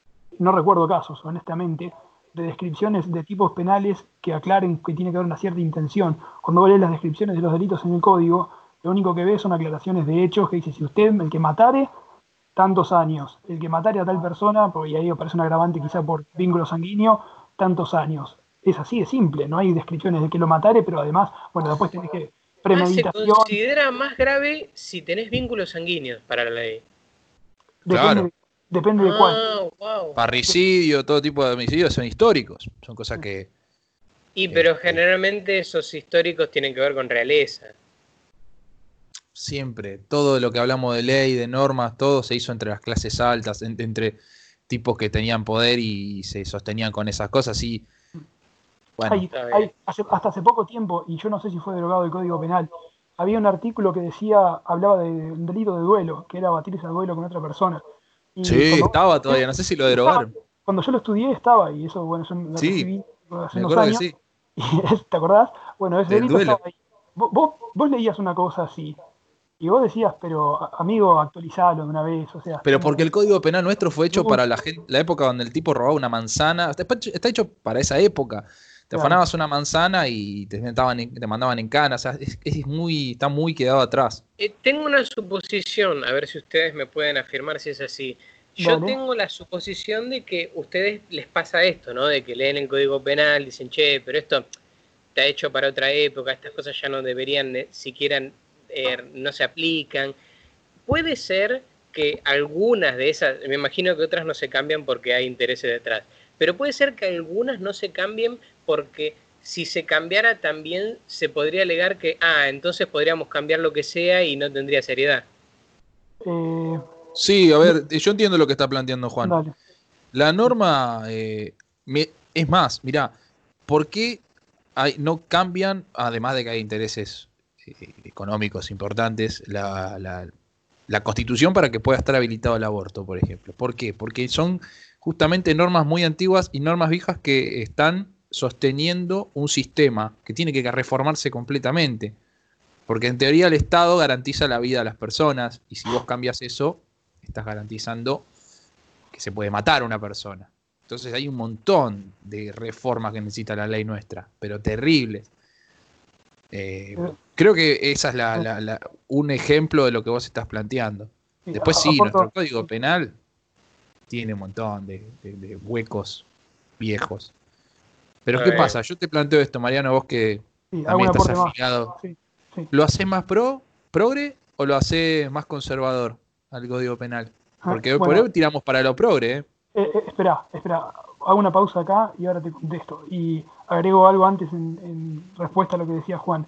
no recuerdo casos, honestamente, de descripciones de tipos penales que aclaren que tiene que haber una cierta intención. Cuando vos lees las descripciones de los delitos en el código, lo único que ves son aclaraciones de hechos que dice, si usted, el que matare, tantos años, el que matare a tal persona, porque ahí aparece un agravante quizá por vínculo sanguíneo, tantos años. Es así de simple, no hay descripciones de que lo matare, pero además, bueno, después tenés que Ah, se premeditación, considera más grave si tenés vínculos sanguíneos para la ley. depende, Claro. depende de cuál. Ah, wow. Parricidio, todo tipo de homicidios son históricos. Son cosas que. Y pero Este, generalmente esos históricos tienen que ver con realeza. siempre, todo lo que hablamos de ley, de normas, todo se hizo entre las clases altas, en- entre tipos que tenían poder y se sostenían con esas cosas. Y bueno, Hay, Está bien. hay, hace- hasta hace poco tiempo, y yo no sé si fue derogado el Código Penal, había un artículo que decía, hablaba de un delito de duelo, que era batirse a duelo con otra persona. Y sí, cuando, estaba todavía, no sé si lo estaba, derogaron. cuando yo lo estudié estaba, y eso, bueno, yo lo Sí, recibí hace me unos acuerdo que años, sí, y es- ¿te acordás? Bueno, ese del delito duelo. estaba ahí. Vos, vos, vos leías una cosa así, y vos decías, pero a- amigo, actualizalo de una vez, o sea, Pero estamos porque en el Código Penal nuestro fue hecho luz, para la gente, la época donde el tipo robaba una manzana. Está, está hecho para esa época. Te claro. afanabas una manzana y te, metaban en- te mandaban en cana. O sea, es, es muy, está muy quedado atrás. Eh, tengo una suposición, a ver si ustedes me pueden afirmar si es así. Yo Dale. tengo la suposición de que a ustedes les pasa esto, ¿no? De que leen el Código Penal, dicen, che, pero esto está hecho para otra época, estas cosas ya no deberían, eh, siquiera, eh, no se aplican. Puede ser que algunas de esas, me imagino que otras no se cambian porque hay intereses detrás, pero puede ser que algunas no se cambien porque si se cambiara también se podría alegar que, ah, entonces podríamos cambiar lo que sea y no tendría seriedad. Eh, Sí, a ver, yo entiendo lo que está planteando Juan. dale. La norma, eh, me, es más, mirá, ¿por qué hay, no cambian, además de que hay intereses eh, económicos importantes, la, la, la Constitución para que pueda estar habilitado el aborto, por ejemplo? ¿Por qué? Porque son justamente normas muy antiguas y normas viejas que están sosteniendo un sistema que tiene que reformarse completamente. Porque en teoría el Estado garantiza la vida a las personas y si vos cambias eso, estás garantizando que se puede matar a una persona. Entonces hay un montón de reformas que necesita la ley nuestra, pero terribles. Eh, creo que esa es la, la, la, un ejemplo de lo que vos estás planteando. Sí, Después sí, aporto, nuestro Código Penal tiene un montón de, de, de huecos viejos. Pero ¿qué pasa? Yo te planteo esto, Mariano, vos que sí, también estás afiliado. Sí, sí. ¿Lo hacés más pro, progre o lo hacés más conservador al Código Penal? Porque ah, bueno, por hoy tiramos para lo progre, ¿eh? Eh, eh, espera, espera, hago una pausa acá y ahora te contesto. Y agrego algo antes en, en respuesta a lo que decía Juan.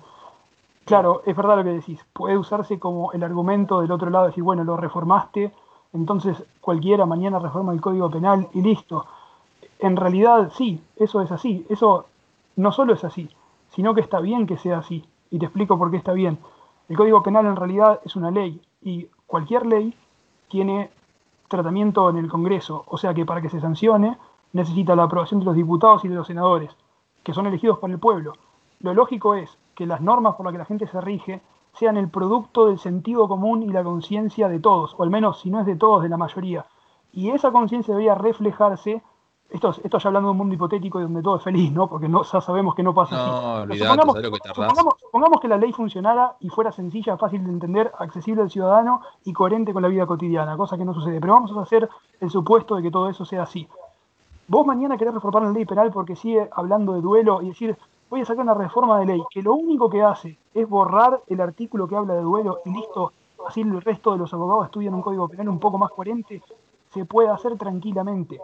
Claro, es verdad lo que decís. Puede usarse como el argumento del otro lado, decir, bueno, lo reformaste, entonces cualquiera mañana reforma el Código Penal y listo. En realidad, sí, eso es así. Eso no solo es así, sino que está bien que sea así. Y te explico por qué está bien. El Código Penal en realidad es una ley y cualquier ley tiene tratamiento en el Congreso, o sea que para que se sancione necesita la aprobación de los diputados y de los senadores, que son elegidos por el pueblo. Lo lógico es que las normas por las que la gente se rige sean el producto del sentido común y la conciencia de todos, o al menos si no es de todos, de la mayoría. Y esa conciencia debería reflejarse, esto, esto ya hablando de un mundo hipotético y donde todo es feliz, ¿no? Porque no, ya sabemos que no pasa no, así. Olvidate, supongamos, ¿sabes lo que tardás? supongamos, supongamos que la ley funcionara y fuera sencilla, fácil de entender, accesible al ciudadano y coherente con la vida cotidiana, cosa que no sucede. Pero vamos a hacer el supuesto de que todo eso sea así. Vos mañana querés reformar la ley penal porque sigue hablando de duelo y decir, voy a sacar una reforma de ley que lo único que hace es borrar el artículo que habla de duelo y listo, así el resto de los abogados estudian un código penal un poco más coherente, se puede hacer tranquilamente.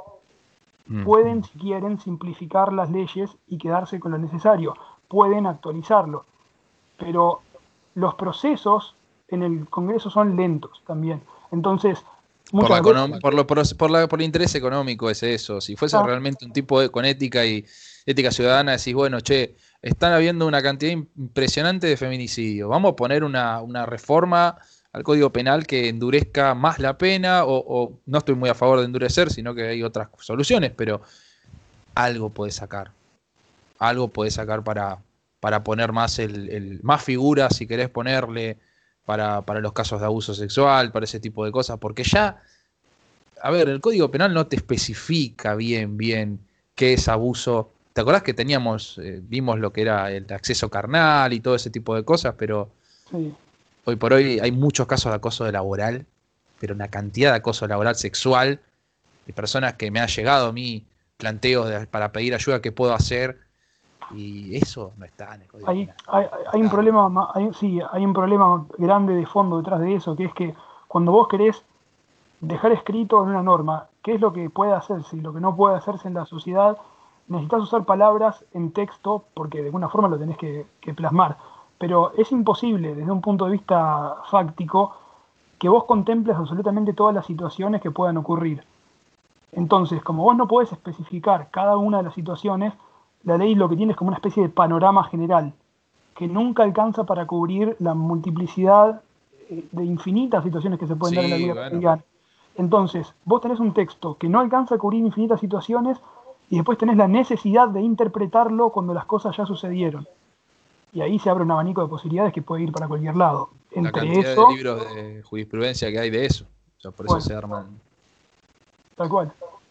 Pueden, si quieren, simplificar las leyes y quedarse con lo necesario. Pueden actualizarlo. Pero los procesos en el Congreso son lentos también. Entonces, por, la veces, por, lo, por, por, la, por el interés económico es eso. Si fuese ah. realmente un tipo de, con ética y ética ciudadana, decís, bueno, che, están habiendo una cantidad impresionante de feminicidio. Vamos a poner una, una reforma al Código Penal que endurezca más la pena, o, o no estoy muy a favor de endurecer, sino que hay otras soluciones, pero algo puede sacar. Algo puede sacar para, para poner más, el, el, más figuras, si querés ponerle, para, para los casos de abuso sexual, para ese tipo de cosas, porque ya, a ver, el Código Penal no te especifica bien, bien qué es abuso. ¿Te acordás que teníamos, eh, vimos lo que era el acceso carnal y todo ese tipo de cosas, pero... Sí. Hoy por hoy hay muchos casos de acoso laboral, pero una cantidad de acoso laboral sexual, de personas que me han llegado a mí planteos de, para pedir ayuda, qué puedo hacer, y eso no está en el Código Penal. Hay, hay, un problema, hay, sí, hay un problema grande de fondo detrás de eso, que es que cuando vos querés dejar escrito en una norma qué es lo que puede hacerse y lo que no puede hacerse en la sociedad, necesitas usar palabras en texto, porque de alguna forma lo tenés que, que plasmar. Pero es imposible, desde un punto de vista fáctico, que vos contemples absolutamente todas las situaciones que puedan ocurrir. Entonces, como vos no podés especificar cada una de las situaciones, la ley lo que tiene es como una especie de panorama general, que nunca alcanza para cubrir la multiplicidad de infinitas situaciones que se pueden sí, dar en la vida cotidiana. Bueno. Entonces, vos tenés un texto que no alcanza a cubrir infinitas situaciones y después tenés la necesidad de interpretarlo cuando las cosas ya sucedieron. Y ahí se abre un abanico de posibilidades que puede ir para cualquier lado. Entre la cantidad eso, de libros de jurisprudencia que hay de eso. O sea, por bueno, eso se arman. Tal cual.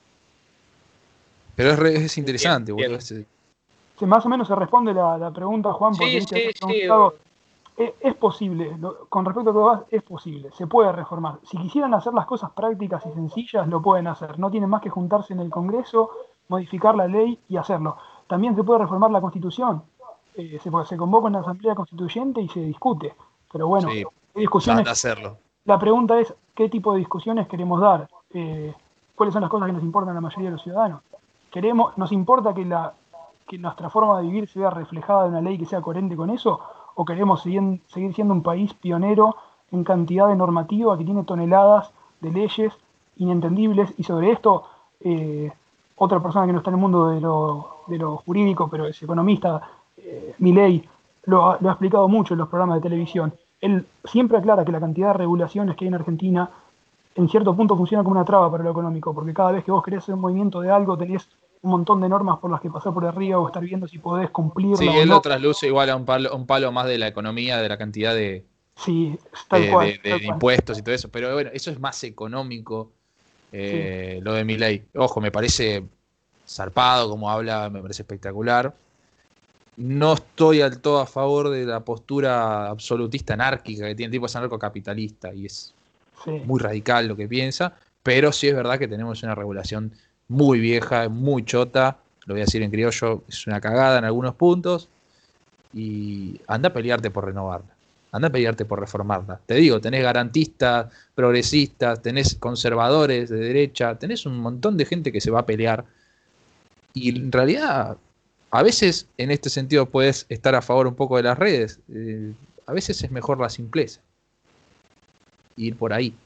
Pero es, re, es interesante. Bien, bien. Ese... Sí, más o menos se responde la, la pregunta, Juan, porque sí, sí, sí. Es, es posible, lo, con respecto a lo que vas, es posible, se puede reformar. Si quisieran hacer las cosas prácticas y sencillas, lo pueden hacer. No tienen más que juntarse en el Congreso, modificar la ley y hacerlo. También se puede reformar la Constitución. Eh, se, se convoca una asamblea constituyente y se discute. Pero bueno, sí, hay discusiones. Hacerlo. La pregunta es, ¿qué tipo de discusiones queremos dar? Eh, ¿Cuáles son las cosas que nos importan a la mayoría de los ciudadanos? Queremos, nos importa que la que nuestra forma de vivir se vea reflejada en una ley que sea coherente con eso? ¿O queremos seguir, seguir siendo un país pionero en cantidad de normativa que tiene toneladas de leyes inentendibles? Y sobre esto, eh, otra persona que no está en el mundo de lo, de lo jurídico, pero es economista, eh, Milei, lo ha, lo ha explicado mucho en los programas de televisión. Él siempre aclara que la cantidad de regulaciones que hay en Argentina en cierto punto funciona como una traba para lo económico, porque cada vez que vos querés hacer un movimiento de algo tenés un montón de normas por las que pasar por arriba o estar viendo si podés cumplirla Sí, o él no. lo trasluce igual a un palo, un palo más de la economía, de la cantidad de, Sí, tal de, cual. de- de tal cual. impuestos y todo eso. Pero bueno, eso es más económico, eh, lo de Milei. Ojo, me parece zarpado como habla, me parece espectacular. No estoy al todo a favor de la postura absolutista anárquica que tiene, tipo es anarcocapitalista y es Sí, muy radical lo que piensa, pero sí es verdad que tenemos una regulación muy vieja, muy chota, lo voy a decir en criollo, es una cagada en algunos puntos, y anda a pelearte por renovarla, anda a pelearte por reformarla. Te digo, tenés garantistas, progresistas, tenés conservadores de derecha, tenés un montón de gente que se va a pelear, y en realidad a veces en este sentido puedes estar a favor un poco de las redes, eh, a veces es mejor la simpleza, ir por ahí.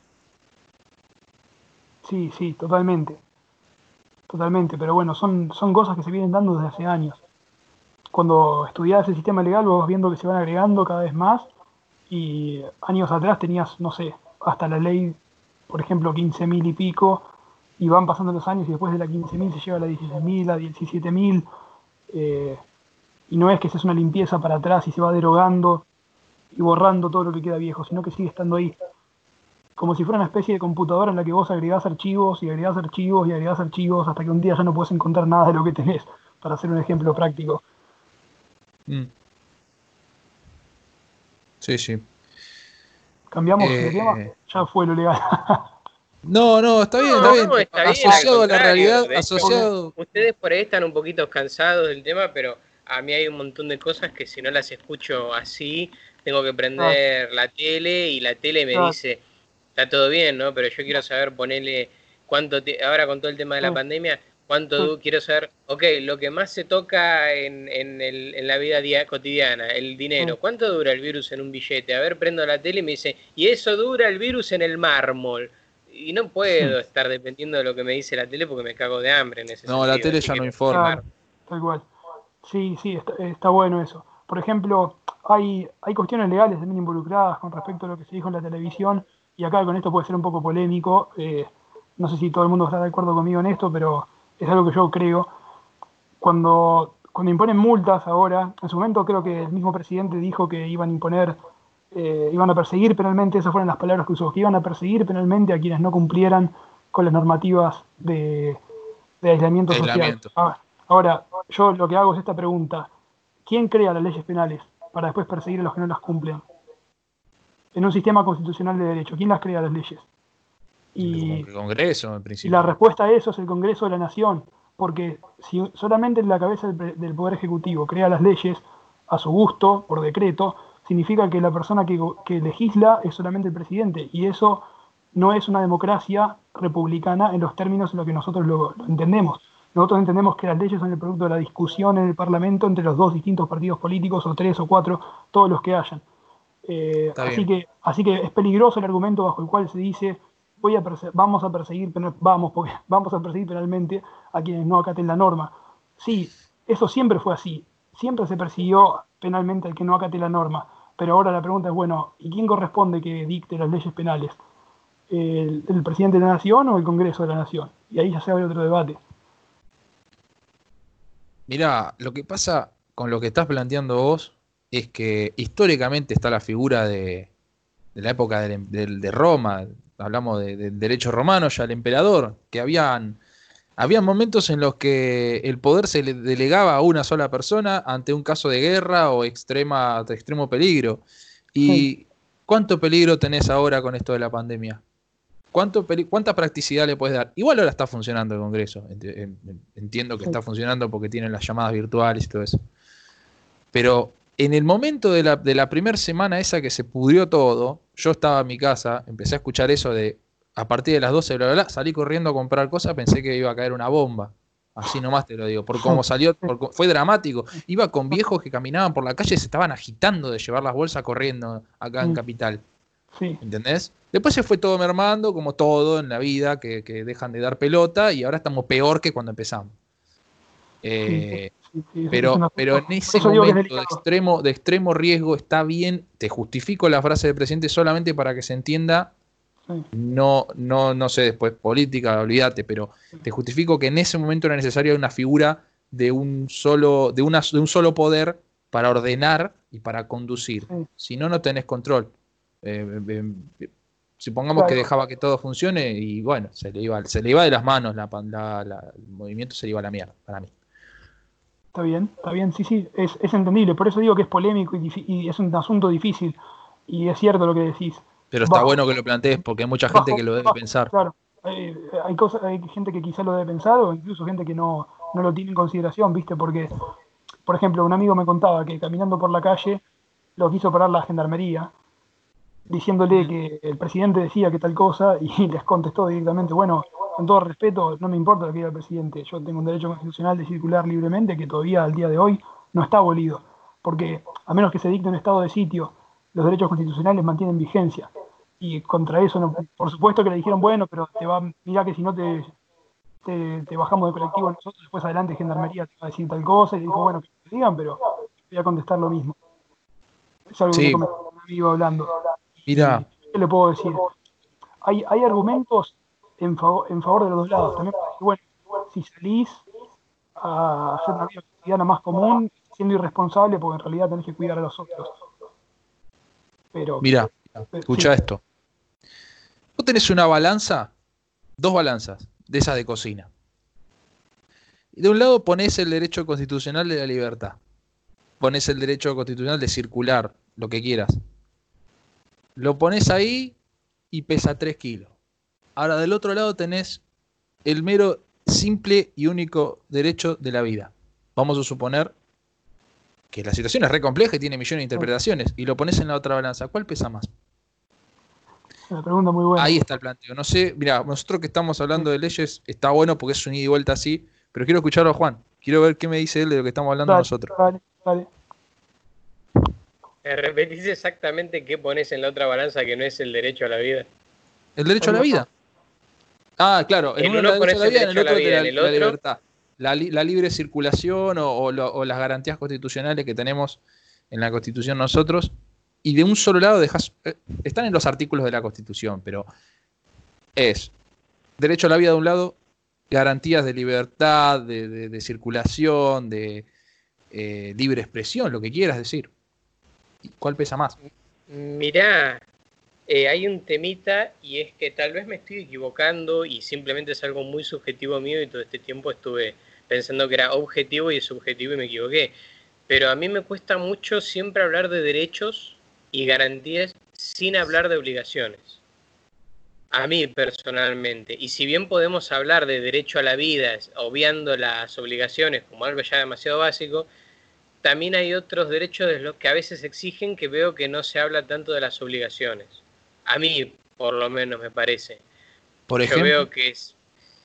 sí, sí, totalmente. Totalmente, pero bueno, son, son cosas que se vienen dando desde hace años. Cuando estudiabas el sistema legal, vos vas viendo que se van agregando cada vez más y años atrás tenías, no sé, hasta la ley, por ejemplo, quince mil y pico, y van pasando los años y después de la quince mil se llega a la dieciséis mil, a diecisiete mil, eh, y no es que se hace una limpieza para atrás y se va derogando y borrando todo lo que queda viejo, sino que sigue estando ahí, como si fuera una especie de computadora en la que vos agregás archivos y agregás archivos y agregás archivos hasta que un día ya no puedes encontrar nada de lo que tenés, para hacer un ejemplo práctico. Mm. Sí, sí. Cambiamos de tema, Eh, ya fue lo legal. no, no, está bien, está No, bien. no, está bien, al Asociado a la contrario. realidad, De hecho, asociado. ustedes por ahí están un poquito cansados del tema, pero a mí hay un montón de cosas que si no las escucho así, tengo que Claro, prender la tele y la tele me claro, dice, está todo bien, ¿no? Pero yo quiero saber ponerle cuánto, te- ahora con todo el tema de la sí, pandemia, cuánto, sí, du- quiero saber, ok, lo que más se toca en, en, el, en la vida día, cotidiana, el sí. dinero, ¿cuánto dura el virus en un billete? A ver, prendo la tele y me dice, y eso dura el virus en el mármol. Y no puedo estar dependiendo de lo que me dice la tele porque me cago de hambre en ese No, la sentido. tele Así ya que no me voy al informa. Claro, mármol. tal cual. Sí, sí, está, está bueno eso. Por ejemplo, hay, hay cuestiones legales también involucradas con respecto a lo que se dijo en la televisión, y acá con esto puede ser un poco polémico. Eh, no sé si todo el mundo está de acuerdo conmigo en esto, pero es algo que yo creo. Cuando, cuando imponen multas ahora, en su momento creo que el mismo presidente dijo que iban a imponer, eh, iban a perseguir penalmente, esas fueron las palabras que usó, que iban a perseguir penalmente a quienes no cumplieran con las normativas de, de aislamiento social. Aislamiento. Ah, ahora, yo lo que hago es esta pregunta. ¿Quién crea las leyes penales para después perseguir a los que no las cumplen? En un sistema constitucional de derecho, ¿quién las crea las leyes? El Y, Congreso, en y la principio. respuesta a eso es el Congreso de la Nación, porque si solamente la cabeza del, del Poder Ejecutivo crea las leyes a su gusto, por decreto, significa que la persona que, que legisla es solamente el presidente, y eso no es una democracia republicana en los términos en los que nosotros lo, lo entendemos. Nosotros entendemos que las leyes son el producto de la discusión en el Parlamento entre los dos distintos partidos políticos, o tres o cuatro, todos los que hayan. Eh, Está así bien. que, así que es peligroso el argumento bajo el cual se dice voy a perse- vamos a perseguir penal- vamos, porque vamos a perseguir penalmente a quienes no acaten la norma. Sí, eso siempre fue así. Siempre se persiguió penalmente al que no acate la norma. Pero ahora la pregunta es, bueno, ¿y quién corresponde que dicte las leyes penales? ¿El, el presidente de la nación o el Congreso de la nación? Y ahí ya se abre otro debate. Mirá, lo que pasa con lo que estás planteando vos es que históricamente está la figura de, de la época del- del- de Roma, hablamos de- del derecho romano, ya el emperador, que habían, habían momentos en los que el poder se le delegaba a una sola persona ante un caso de guerra o extrema, de extremo peligro. Sí, ¿Y cuánto peligro tenés ahora con esto de la pandemia? ¿Cuánto peli- ¿Cuánta practicidad le puedes dar? Igual ahora está funcionando el Congreso. Enti- en- Entiendo que sí, está funcionando porque tienen las llamadas virtuales y todo eso. Pero en el momento de la, de la primera semana esa que se pudrió todo, yo estaba en mi casa, empecé a escuchar eso de a partir de las doce, bla, bla, bla, salí corriendo a comprar cosas, pensé que iba a caer una bomba. Así nomás te lo digo, por cómo salió, por, fue dramático. Iba con viejos que caminaban por la calle y se estaban agitando de llevar las bolsas corriendo acá en Capital. Sí. ¿Entendés? Después se fue todo mermando, como todo en la vida, que, que dejan de dar pelota y ahora estamos peor que cuando empezamos. Eh, sí, sí, sí, pero, una... pero en ese momento de extremo, de extremo riesgo está bien, te justifico la frase del presidente solamente para que se entienda. Sí. No, no, no sé después política, olvídate, pero te justifico que en ese momento era necesaria una figura de un solo, de una, de un solo poder para ordenar y para conducir. Sí. Si no, no tenés control. Eh, eh, supongamos claro. que dejaba que todo funcione y bueno, se le iba, se le iba de las manos, la, la, la, el movimiento se le iba a la mierda, para mí. Está bien, está bien, sí, sí, es, es entendible, por eso digo que es polémico y, y es un asunto difícil, y es cierto lo que decís. Pero está bajo, bueno que lo plantees porque hay mucha bajo, gente que lo debe bajo, pensar. Claro, hay, hay, cosas, hay gente que quizás lo debe pensar o incluso gente que no, no lo tiene en consideración, ¿viste? Porque, por ejemplo, un amigo me contaba que caminando por la calle lo quiso parar la gendarmería diciéndole que el presidente decía que tal cosa y les contestó directamente, bueno, con todo respeto, no me importa lo que diga el presidente, yo tengo un derecho constitucional de circular libremente que todavía al día de hoy no está abolido, porque a menos que se dicte un estado de sitio, los derechos constitucionales mantienen vigencia. Y contra eso, no, por supuesto que le dijeron, bueno, pero te va, mirá que si no te, te, te bajamos de colectivo nosotros, después adelante Gendarmería te va a decir tal cosa, y le dijo, bueno, que te digan, pero voy a contestar lo mismo. Es algo sí. que me comentó un amigo hablando. Mira. ¿Qué le puedo decir? Hay, hay argumentos en favor, en favor de los dos lados. También, bueno, si salís a hacer una vida cotidiana más común, siendo irresponsable, porque en realidad tenés que cuidar a los otros. Pero, mira, escucha sí. esto. Vos tenés una balanza, dos balanzas, de esas de cocina. De un lado ponés el derecho constitucional de la libertad. Ponés el derecho constitucional de circular, lo que quieras. Lo pones ahí y pesa tres kilos. Ahora del otro lado tenés el mero, simple y único derecho de la vida. Vamos a suponer que la situación es re compleja y tiene millones de interpretaciones. Y lo pones en la otra balanza. ¿Cuál pesa más? Una pregunta muy buena. Ahí está el planteo. No sé, mira, nosotros que estamos hablando de leyes está bueno porque es un ida y vuelta así. Pero quiero escucharlo a Juan. Quiero ver qué me dice él de lo que estamos hablando dale, nosotros. Dale, dale. ¿Repetís exactamente qué pones en la otra balanza que no es el derecho a la vida? ¿El derecho a la vida? Ah, claro. En uno, uno pones el derecho a la vida, en el otro, la libertad. La, li, la libre circulación o, o, lo, o las garantías constitucionales que tenemos en la Constitución nosotros. Y de un solo lado dejas, eh, están en los artículos de la Constitución, pero es derecho a la vida de un lado, garantías de libertad, de, de, de circulación, de eh, libre expresión, lo que quieras decir. ¿Cuál pesa más? Mirá, eh, hay un temita y es que tal vez me estoy equivocando y simplemente es algo muy subjetivo mío y todo este tiempo estuve pensando que era objetivo y subjetivo y me equivoqué. Pero a mí me cuesta mucho siempre hablar de derechos y garantías sin hablar de obligaciones. A mí personalmente. Y si bien podemos hablar de derecho a la vida obviando las obligaciones como algo ya demasiado básico, también hay otros derechos de los que a veces exigen que veo que no se habla tanto de las obligaciones. A mí, por lo menos, me parece. Por ejemplo, yo veo que es...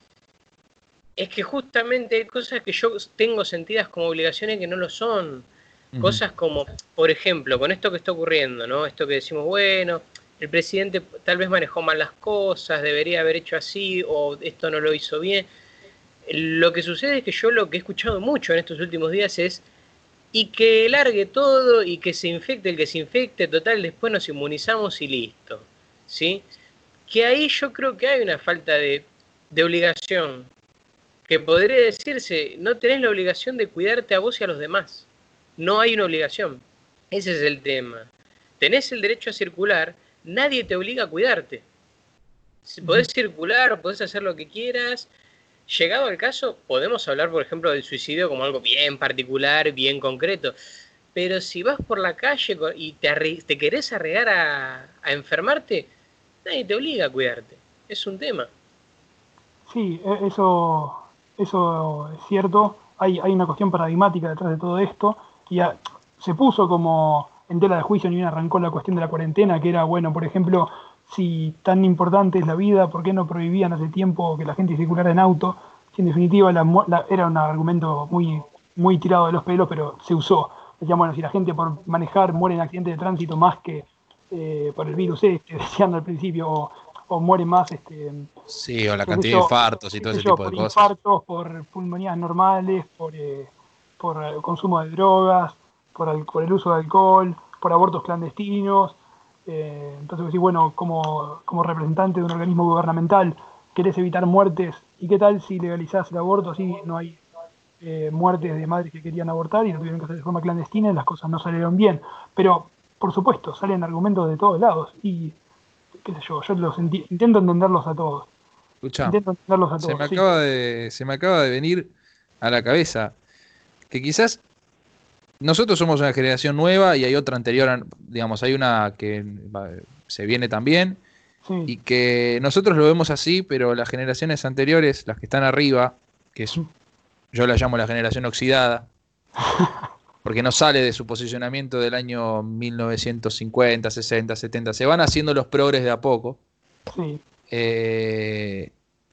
Es que justamente hay cosas que yo tengo sentidas como obligaciones que no lo son. Uh-huh. Cosas como, por ejemplo, con esto que está ocurriendo, ¿no? Esto que decimos, bueno, el presidente tal vez manejó mal las cosas, debería haber hecho así, o esto no lo hizo bien. Lo que sucede es que yo lo que he escuchado mucho en estos últimos días es y que largue todo y que se infecte el que se infecte, total, después nos inmunizamos y listo, ¿sí? Que ahí yo creo que hay una falta de, de obligación, que podría decirse, no tenés la obligación de cuidarte a vos y a los demás, no hay una obligación, ese es el tema. Tenés el derecho a circular, nadie te obliga a cuidarte. Podés circular, podés hacer lo que quieras. Llegado al caso, podemos hablar, por ejemplo, del suicidio como algo bien particular, bien concreto. Pero si vas por la calle y te, arre- te querés arriesgar a, a enfermarte, nadie te obliga a cuidarte. Es un tema. Sí, eso, eso es cierto. Hay, hay una cuestión paradigmática detrás de todo esto. Y a, se puso como en tela de juicio ni bien arrancó la cuestión de la cuarentena, que era, bueno, por ejemplo, si tan importante es la vida, ¿por qué no prohibían hace tiempo que la gente circulara en auto? si en definitiva la, la, era un argumento muy, muy tirado de los pelos, pero se usó. Decían, bueno, si la gente por manejar muere en accidentes de tránsito más que eh, por el virus este, decían al principio, o, o muere más, este, sí, o la cantidad yo, de infartos y todo ese yo, tipo de por cosas. Infartos, por pulmonías normales, por, eh, por el consumo de drogas, por el, por el uso de alcohol, por abortos clandestinos. Eh, entonces, sí, bueno, como, como representante de un organismo gubernamental, querés evitar muertes, ¿y qué tal si legalizás el aborto? Así no hay eh, muertes de madres que querían abortar y lo tuvieron que hacer de forma clandestina y las cosas no salieron bien. Pero, por supuesto, salen argumentos de todos lados y, qué sé yo, yo los intento entenderlos a todos. Escuchá, intento entenderlos a todos. Se me, sí. acaba de, se me acaba de venir a la cabeza que quizás nosotros somos una generación nueva y hay otra anterior, digamos, hay una que se viene también, sí. Y que nosotros lo vemos así, pero las generaciones anteriores, las que están arriba, que es, yo la llamo la generación oxidada, porque no sale de su posicionamiento del año mil novecientos cincuenta, sesenta, setenta, se van haciendo los progres de a poco. Sí. Eh,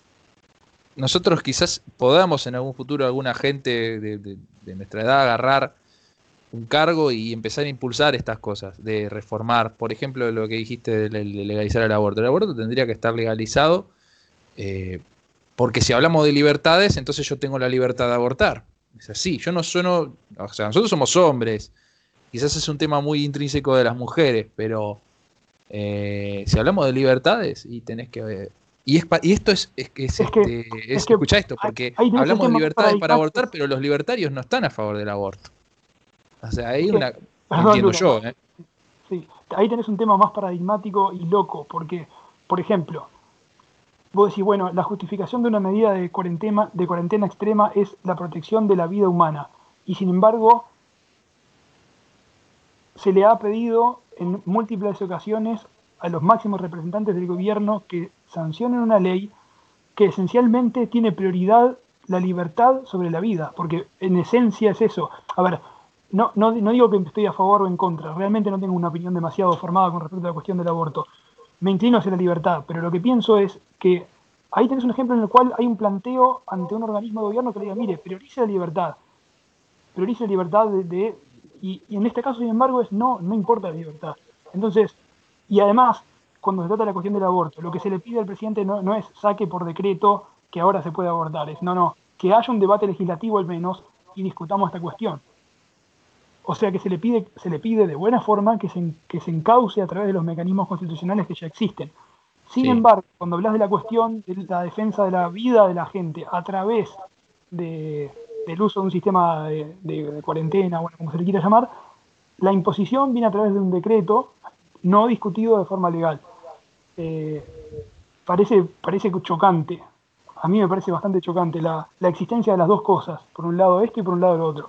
nosotros quizás podamos en algún futuro alguna gente de, de, de nuestra edad agarrar un cargo y empezar a impulsar estas cosas, de reformar, por ejemplo, lo que dijiste de legalizar el aborto. El aborto tendría que estar legalizado, eh, porque si hablamos de libertades, entonces yo tengo la libertad de abortar. Es así, yo no sueno, o sea, nosotros somos hombres, quizás es un tema muy intrínseco de las mujeres, pero eh, si hablamos de libertades, y tenés que... Eh, y, es, y esto es, es, es, es que, este, es, es que escuchá esto, porque hablamos de libertades para abortar, pero los libertarios no están a favor del aborto. O sea, hay es que, una... Perdón, entiendo Luna, yo, ¿eh? Sí, ahí tenés un tema más paradigmático y loco, porque, por ejemplo, vos decís, bueno, la justificación de una medida de cuarentena, de cuarentena extrema es la protección de la vida humana. Y sin embargo, se le ha pedido en múltiples ocasiones a los máximos representantes del gobierno que sancionen una ley que esencialmente tiene prioridad la libertad sobre la vida, porque en esencia es eso. A ver, no, no, no digo que estoy a favor o en contra, realmente no tengo una opinión demasiado formada con respecto a la cuestión del aborto. Me inclino hacia la libertad, pero lo que pienso es que ahí tenés un ejemplo en el cual hay un planteo ante un organismo de gobierno que le diga, mire, priorice la libertad, priorice la libertad de... de y, y en este caso, sin embargo, es no, no importa la libertad. Entonces, y además, cuando se trata de la cuestión del aborto, lo que se le pide al presidente no, no es saque por decreto que ahora se puede abortar, es no, no, que haya un debate legislativo al menos y discutamos esta cuestión. O sea que se le pide, se le pide de buena forma que se, que se encauce a través de los mecanismos constitucionales que ya existen. Sin sí. embargo, cuando hablas de la cuestión de la defensa de la vida de la gente a través de, del uso de un sistema de, de, de cuarentena, bueno, como se le quiera llamar, la imposición viene a través de un decreto no discutido de forma legal. Eh, parece, parece chocante. A mí me parece bastante chocante la, la existencia de las dos cosas. Por un lado esto y por un lado lo otro.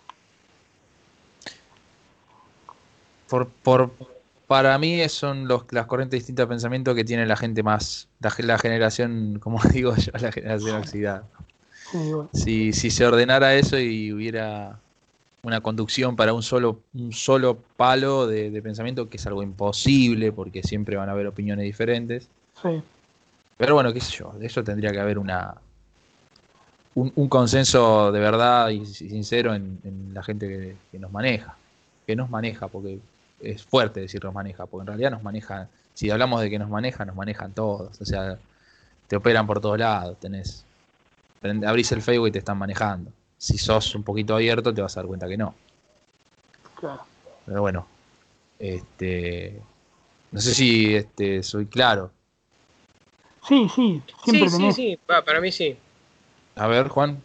Por, por, para mí son los, las corrientes distintas de pensamiento que tiene la gente más, la, la generación, como digo yo, la generación oxidada. Sí, bueno. si, si se ordenara eso y hubiera una conducción para un solo, un solo palo de, de pensamiento, que es algo imposible porque siempre van a haber opiniones diferentes. Sí. Pero bueno, qué sé yo, de eso tendría que haber una un, un consenso de verdad y sincero en, en la gente que, que nos maneja. Que nos maneja, porque es fuerte decir nos maneja, porque en realidad nos manejan, si hablamos de que nos manejan, nos manejan todos. O sea, te operan por todos lados, tenés, abrís el Facebook y te están manejando. Si sos un poquito abierto, te vas a dar cuenta que no. Claro. Pero bueno, este, no sé si este, soy claro. Sí, sí, siempre sí, tenés... sí, sí, Va, para mí sí. A ver, Juan.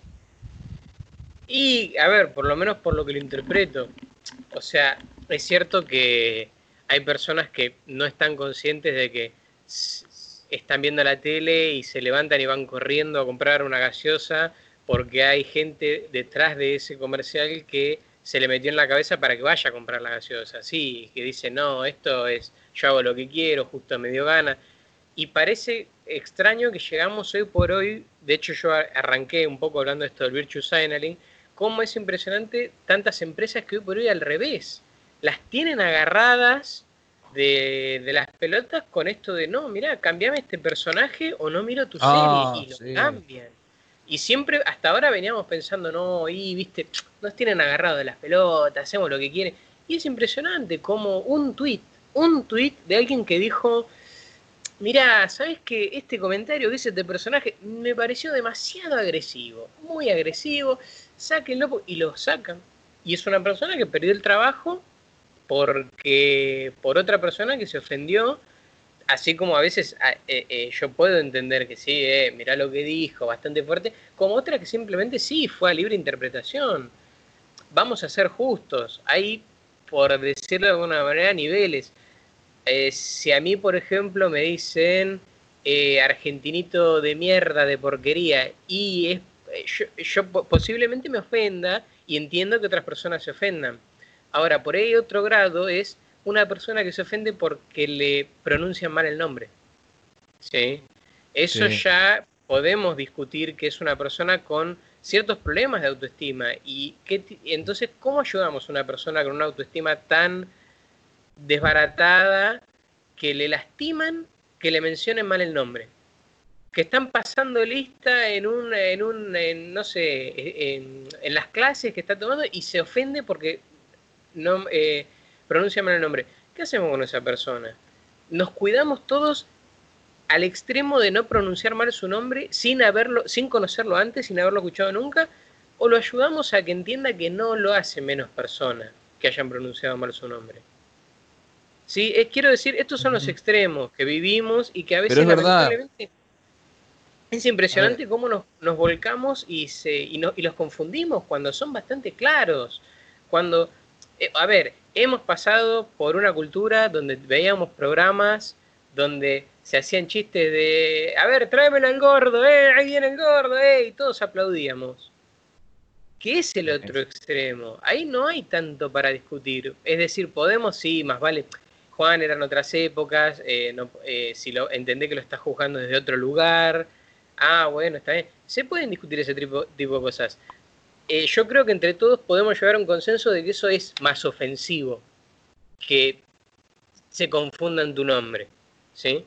Y, a ver, por lo menos por lo que lo interpreto. O sea, es cierto que hay personas que no están conscientes de que están viendo la tele y se levantan y van corriendo a comprar una gaseosa porque hay gente detrás de ese comercial que se le metió en la cabeza para que vaya a comprar la gaseosa. Sí, que dice, no, esto es, yo hago lo que quiero, justo me dio gana. Y parece extraño que llegamos hoy por hoy, de hecho yo arranqué un poco hablando de esto del Virtue Signaling, cómo es impresionante tantas empresas que hoy por hoy al revés, las tienen agarradas de, de las pelotas con esto de, no, mirá, cambiame este personaje o no miro tu ah, serie, y lo sí. cambian. Y siempre, hasta ahora veníamos pensando, no, y viste, nos tienen agarrado de las pelotas, hacemos lo que quieren. Y es impresionante como un tuit, un tuit de alguien que dijo, mirá, ¿sabes qué? Este comentario que hice este personaje me pareció demasiado agresivo, muy agresivo, sáquenlo, y lo sacan. Y es una persona que perdió el trabajo porque por otra persona que se ofendió, así como a veces eh, eh, yo puedo entender que sí, eh, mirá lo que dijo, bastante fuerte, como otra que simplemente sí, fue a libre interpretación. Vamos a ser justos, hay, por decirlo de alguna manera, niveles. Eh, si a mí, por ejemplo, me dicen eh, argentinito de mierda, de porquería, y es, eh, yo, yo posiblemente me ofenda y entiendo que otras personas se ofendan. Ahora, por ahí otro grado es una persona que se ofende porque le pronuncian mal el nombre. ¿Sí? Eso sí. Ya podemos discutir que es una persona con ciertos problemas de autoestima. Y que, entonces, ¿cómo ayudamos a una persona con una autoestima tan desbaratada que le lastiman que le mencionen mal el nombre? Que están pasando lista en un, en un en, no sé, en, en las clases que está tomando y se ofende porque no eh, pronuncia mal el nombre. ¿Qué hacemos con esa persona? ¿Nos cuidamos todos al extremo de no pronunciar mal su nombre sin haberlo, sin conocerlo antes, sin haberlo escuchado nunca? ¿O lo ayudamos a que entienda que no lo hace menos persona que hayan pronunciado mal su nombre? Sí, eh, quiero decir, estos son los extremos que vivimos y que a veces, pero es lamentablemente, es impresionante cómo nos, nos volcamos y, se, y, no, y los confundimos cuando son bastante claros. Cuando, eh, a ver, hemos pasado por una cultura donde veíamos programas donde se hacían chistes de, a ver, tráemelo al gordo, eh, ahí viene el gordo, eh, y todos aplaudíamos. ¿Qué es el otro extremo? Ahí no hay tanto para discutir. Es decir, podemos, sí, más vale. Juan, eran otras épocas, eh, no, eh, si lo entendé que lo estás juzgando desde otro lugar. Ah, bueno, está bien. Se pueden discutir ese tipo, tipo de cosas. Eh, yo creo que entre todos podemos llegar a un consenso de que eso es más ofensivo que se confunda en tu nombre, ¿sí?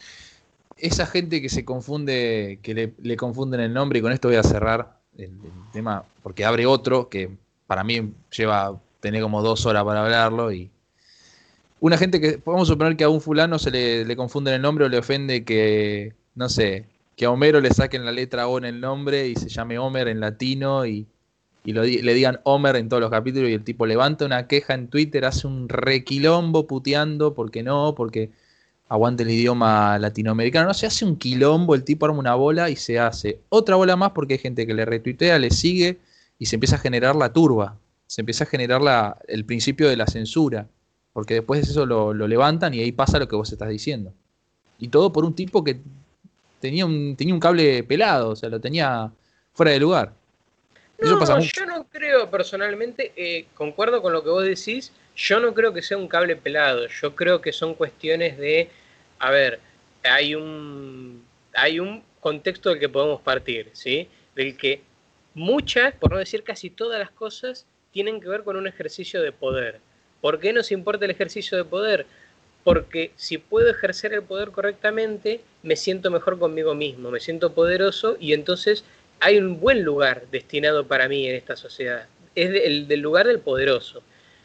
Esa gente que se confunde, que le, le confunden el nombre, y con esto voy a cerrar el, el tema, porque abre otro que para mí lleva, tener como dos horas para hablarlo, y una gente que, podemos suponer que a un fulano se le, le confunde el nombre o le ofende que, no sé, que a Homero le saquen la letra O en el nombre y se llame Homer en latino y, y lo, le digan Homer en todos los capítulos, y el tipo levanta una queja en Twitter, hace un requilombo puteando, porque no, porque aguante el idioma latinoamericano, no se hace un quilombo, el tipo arma una bola y se hace otra bola más porque hay gente que le retuitea, le sigue y se empieza a generar la turba, se empieza a generar la, el principio de la censura, porque después de eso lo, lo levantan y ahí pasa lo que vos estás diciendo. Y todo por un tipo que tenía un, tenía un cable pelado, o sea, lo tenía fuera de lugar. No, eso pasa mucho. Yo no creo personalmente, eh, concuerdo con lo que vos decís, yo no creo que sea un cable pelado, yo creo que son cuestiones de, a ver, hay un, hay un contexto del que podemos partir, ¿sí? Del que muchas, por no decir casi todas las cosas, tienen que ver con un ejercicio de poder. ¿Por qué nos importa el ejercicio de poder? Porque si puedo ejercer el poder correctamente, me siento mejor conmigo mismo, me siento poderoso y entonces hay un buen lugar destinado para mí en esta sociedad. Es de, el del lugar del poderoso.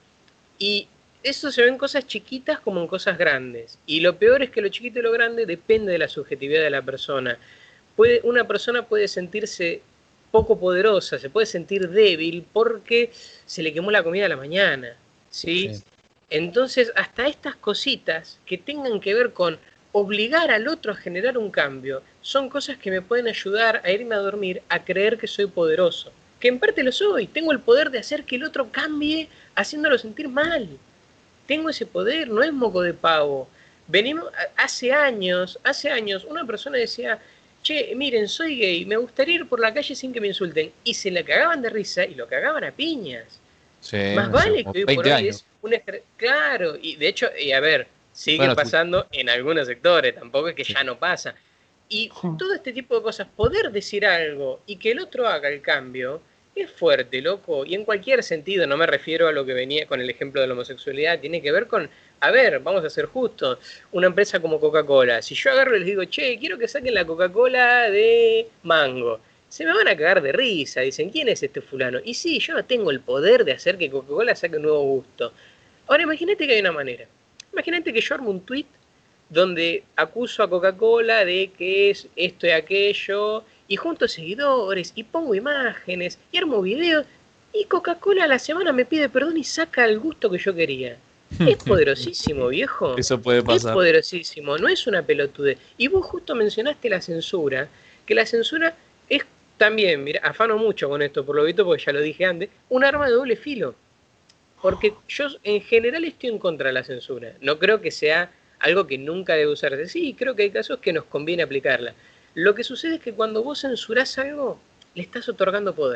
Y eso se ve en cosas chiquitas como en cosas grandes. Y lo peor es que lo chiquito y lo grande depende de la subjetividad de la persona. Puede, una persona puede sentirse poco poderosa, se puede sentir débil porque se le quemó la comida a la mañana, ¿sí? Sí. Entonces, hasta estas cositas que tengan que ver con obligar al otro a generar un cambio, son cosas que me pueden ayudar a irme a dormir, a creer que soy poderoso. Que en parte lo soy, tengo el poder de hacer que el otro cambie haciéndolo sentir mal. Tengo ese poder, no es moco de pavo. Venimos, hace años, hace años, una persona decía, che, miren, soy gay, me gustaría ir por la calle sin que me insulten. Y se la cagaban de risa y lo cagaban a piñas. Sí, Más vale que hoy por hoy es un ejer... Claro, y de hecho, y a ver, sigue bueno, pasando en algunos sectores, tampoco es que sí. Ya no pasa. Y todo este tipo de cosas, poder decir algo y que el otro haga el cambio, es fuerte, loco. Y en cualquier sentido, no me refiero a lo que venía con el ejemplo de la homosexualidad, tiene que ver con, a ver, vamos a ser justos, una empresa como Coca-Cola, si yo agarro y les digo, che, quiero que saquen la Coca-Cola de mango, se me van a cagar de risa. Dicen, ¿quién es este fulano? Y sí, yo no tengo el poder de hacer que Coca-Cola saque un nuevo gusto. Ahora imagínate que hay una manera. Imagínate que yo armo un tweet donde acuso a Coca-Cola de que es esto y aquello, y junto seguidores, y pongo imágenes, y armo videos, y Coca-Cola a la semana me pide perdón y saca el gusto que yo quería. Es poderosísimo, viejo. Eso puede pasar. Es poderosísimo, no es una pelotude. Y vos justo mencionaste la censura, que la censura es también, mira, afano mucho con esto, por lo visto, porque ya lo dije antes, un arma de doble filo. Porque yo en general estoy en contra de la censura. No creo que sea algo que nunca debe usarse. Sí, creo que hay casos que nos conviene aplicarla. Lo que sucede es que cuando vos censurás algo, le estás otorgando poder.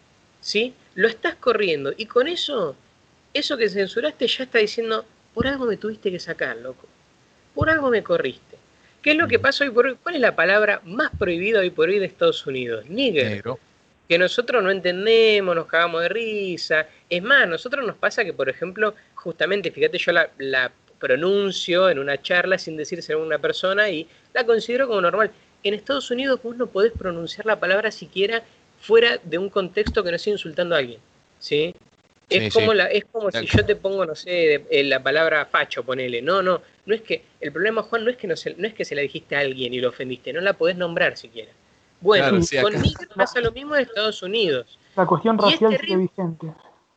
¿Sí? Lo estás corriendo. Y con eso, eso que censuraste ya está diciendo, por algo me tuviste que sacar, loco. Por algo me corriste. ¿Qué es lo que pasa hoy por hoy? ¿Cuál es la palabra más prohibida hoy por hoy de Estados Unidos? Nigger. Negro. Que nosotros no entendemos, nos cagamos de risa. Es más, a nosotros nos pasa que, por ejemplo, justamente, fíjate, yo la, la pronuncio en una charla sin decirse a una persona y la considero como normal. En Estados Unidos vos no podés pronunciar la palabra siquiera fuera de un contexto que no sea insultando a alguien, ¿sí? Es Sí, como, sí. la, es como si yo te pongo, no sé, de- la palabra facho, ponele. No, no, no es que, el problema, Juan, no es que no se, no es que se la dijiste a alguien y lo ofendiste, no la podés nombrar siquiera. Bueno, Claro, sí, con acá. Nigger pasa lo mismo en Estados Unidos. La cuestión Y es racial sigue terrible. vigente.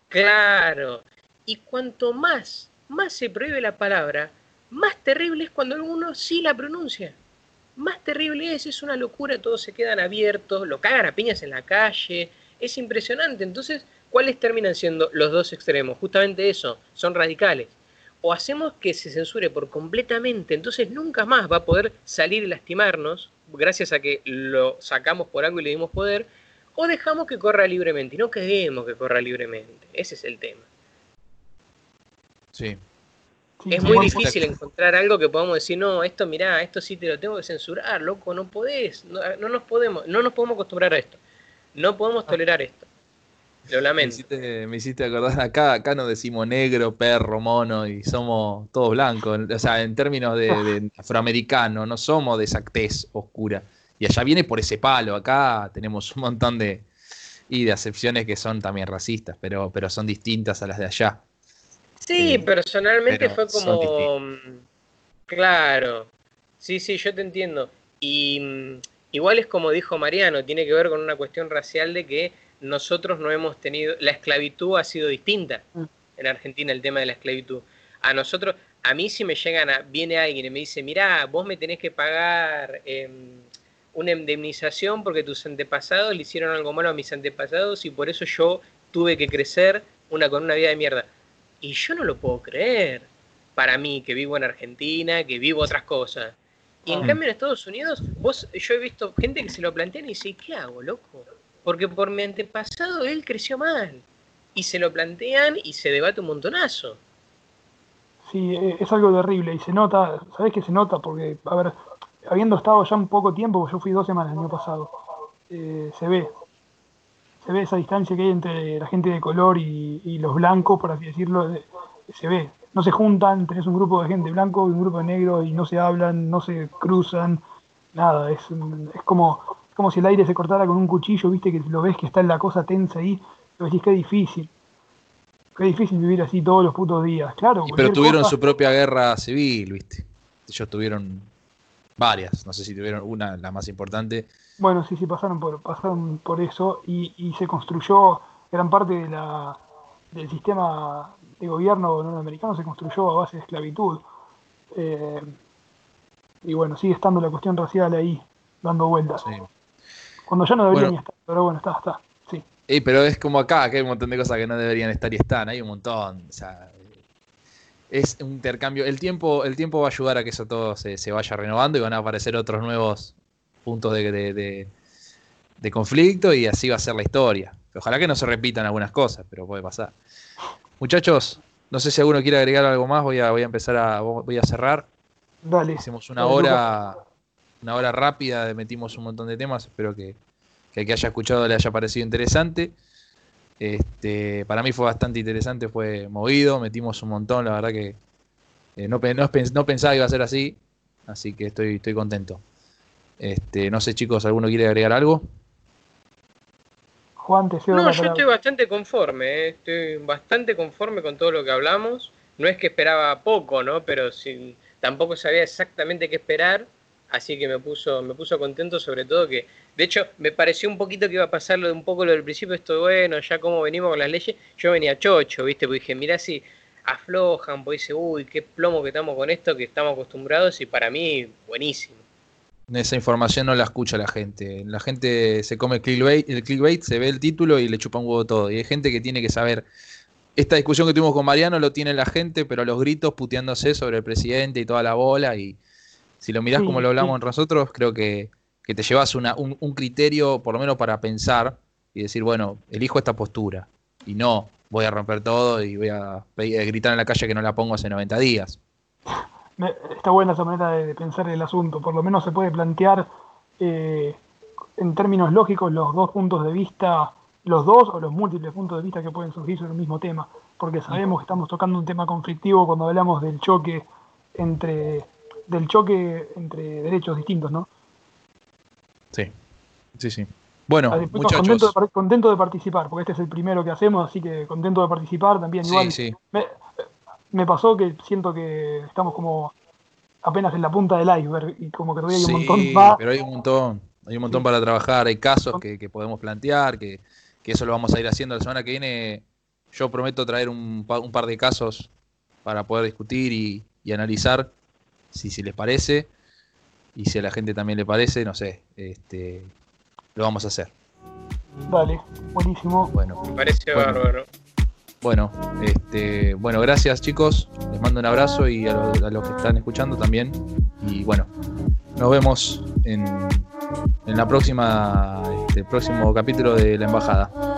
Claro. Y cuanto más, más se prohíbe la palabra, más terrible es cuando alguno sí la pronuncia. Más terrible es, es una locura, todos se quedan abiertos, lo cagan a piñas en la calle, es impresionante. Entonces, ¿cuáles terminan siendo los dos extremos? Justamente eso, son radicales. O hacemos que se censure por completamente, entonces nunca más va a poder salir y lastimarnos, gracias a que lo sacamos por algo y le dimos poder, o dejamos que corra libremente, y no queremos que corra libremente, ese es el tema. Sí. Sí, Es sí, muy bueno, difícil encontrar algo que podamos decir, no, esto mirá, esto sí te lo tengo que censurar, loco, no podés, no, no nos podemos, no nos podemos acostumbrar a esto, no podemos tolerar esto, lo Me lamento. hiciste, me hiciste acordar, acá, acá no decimos negro, perro, mono, y somos todos blancos. O sea, en términos de, de afroamericano, no somos de esa tez oscura. Y allá viene por ese palo. Acá tenemos un montón de, y de acepciones que son también racistas, pero, pero son distintas a las de allá. Sí, Eh, personalmente pero fue son como, mm, claro, sí, sí, yo te entiendo. Y mm, igual es como dijo Mariano, tiene que ver con una cuestión racial de que nosotros no hemos tenido, la esclavitud ha sido distinta en Argentina, el tema de la esclavitud. A nosotros, a mí si me llegan a, viene alguien y me dice, mirá, vos me tenés que pagar eh, una indemnización porque tus antepasados le hicieron algo malo a mis antepasados y por eso yo tuve que crecer una con una vida de mierda. Y yo no lo puedo creer. Para mí, que vivo en Argentina, que vivo otras cosas. Y en Mm. cambio en Estados Unidos, vos, yo he visto gente que se lo plantean y dice, ¿qué hago, loco? Porque por mi antepasado él creció mal. Y se lo plantean y se debate un montonazo. sí, eh, es algo terrible y se nota, ¿sabés qué se nota? Porque, a ver, habiendo estado ya un poco tiempo, porque yo fui dos semanas el año pasado, eh, se ve, se ve esa distancia que hay entre la gente de color y, y los blancos, por así decirlo, de- se ve. No se juntan, tenés un grupo de gente blanco y un grupo de negro y no se hablan, no se cruzan, nada, es, un- es como, es como si el aire se cortara con un cuchillo, viste, que lo ves que está la cosa tensa ahí, y decís qué difícil, qué difícil vivir así todos los putos días. Claro, Y pero cualquier tuvieron cosa. su propia guerra civil, ¿viste? Ellos tuvieron varias, no sé si tuvieron una, la más importante. Bueno, sí, sí, pasaron por, pasaron por eso y, y se construyó gran parte de la, del sistema de gobierno norteamericano se construyó a base de esclavitud. Eh, y bueno, sigue estando la cuestión racial ahí, dando vueltas. Sí. Cuando ya no debería Bueno. ni estar, pero bueno, está, está, sí. Eh, pero es como acá, que hay un montón de cosas que no deberían estar y están, hay un montón. O sea, es un intercambio. El tiempo, el tiempo va a ayudar a que eso todo se, se vaya renovando y van a aparecer otros nuevos puntos de, de, de, de conflicto y así va a ser la historia. Ojalá que no se repitan algunas cosas, pero puede pasar. Muchachos, no sé si alguno quiere agregar algo más, voy a, voy a empezar a, voy a cerrar. Dale. Hicimos una dale, hora, una hora rápida, metimos un montón de temas, espero que, que el que haya escuchado le haya parecido interesante. Este, para mí fue bastante interesante, fue movido, metimos un montón, la verdad que eh, no, no, no pensaba que iba a ser así, así que estoy, estoy contento. Este, no sé chicos, ¿alguno quiere agregar algo? Juan, te cedo No, la yo palabra. estoy bastante conforme, ¿eh? Estoy bastante conforme con todo lo que hablamos. No es que esperaba poco, ¿no? Pero sin, tampoco sabía exactamente qué esperar, así que me puso, me puso contento, sobre todo que, de hecho, me pareció un poquito que iba a pasar lo de un poco lo del principio, esto bueno, ya como venimos con las leyes, yo venía chocho, ¿viste? Porque dije, mirá si aflojan, pues dice, uy, qué plomo que estamos con esto, que estamos acostumbrados, y para mí, buenísimo. Esa información no la escucha la gente. La gente se come el clickbait, el clickbait, se ve el título y le chupa un huevo todo. Y hay gente que tiene que saber. Esta discusión que tuvimos con Mariano lo tiene la gente, pero a los gritos puteándose sobre el presidente y toda la bola. Y si lo mirás Sí, como lo hablamos sí. nosotros, creo que, que te llevas una, un, un criterio, por lo menos para pensar y decir, bueno, elijo esta postura. Y no, voy a romper todo y voy a, a gritar en la calle que no la pongo hace noventa días. Me, está buena esa manera de, de pensar el asunto. Por lo menos se puede plantear eh, en términos lógicos los dos puntos de vista, los dos o los múltiples puntos de vista que pueden surgir sobre el mismo tema. Porque sabemos que estamos tocando un tema conflictivo cuando hablamos del choque entre, del choque entre derechos distintos, ¿no? Sí, sí, sí. Bueno, Así, muchachos. Contento de, contento de participar, porque este es el primero que hacemos, así que contento de participar también. Sí, Igual sí. Me, me pasó que siento que estamos como apenas en la punta del iceberg y como que todavía hay un Sí, montón más. pero hay un montón, hay un montón Sí. para trabajar, hay casos que, que podemos plantear, que, que eso lo vamos a ir haciendo la semana que viene. Yo prometo traer un, pa- un par de casos para poder discutir y, y analizar, si, si les parece, y si a la gente también le parece, no sé, este, lo vamos a hacer. Dale, buenísimo. Bueno, Me parece Bueno. bárbaro. bueno, este, bueno, gracias chicos, les mando un abrazo y a, lo- a los que están escuchando también, y bueno, nos vemos en, en la próxima, este, próximo capítulo de La Embajada.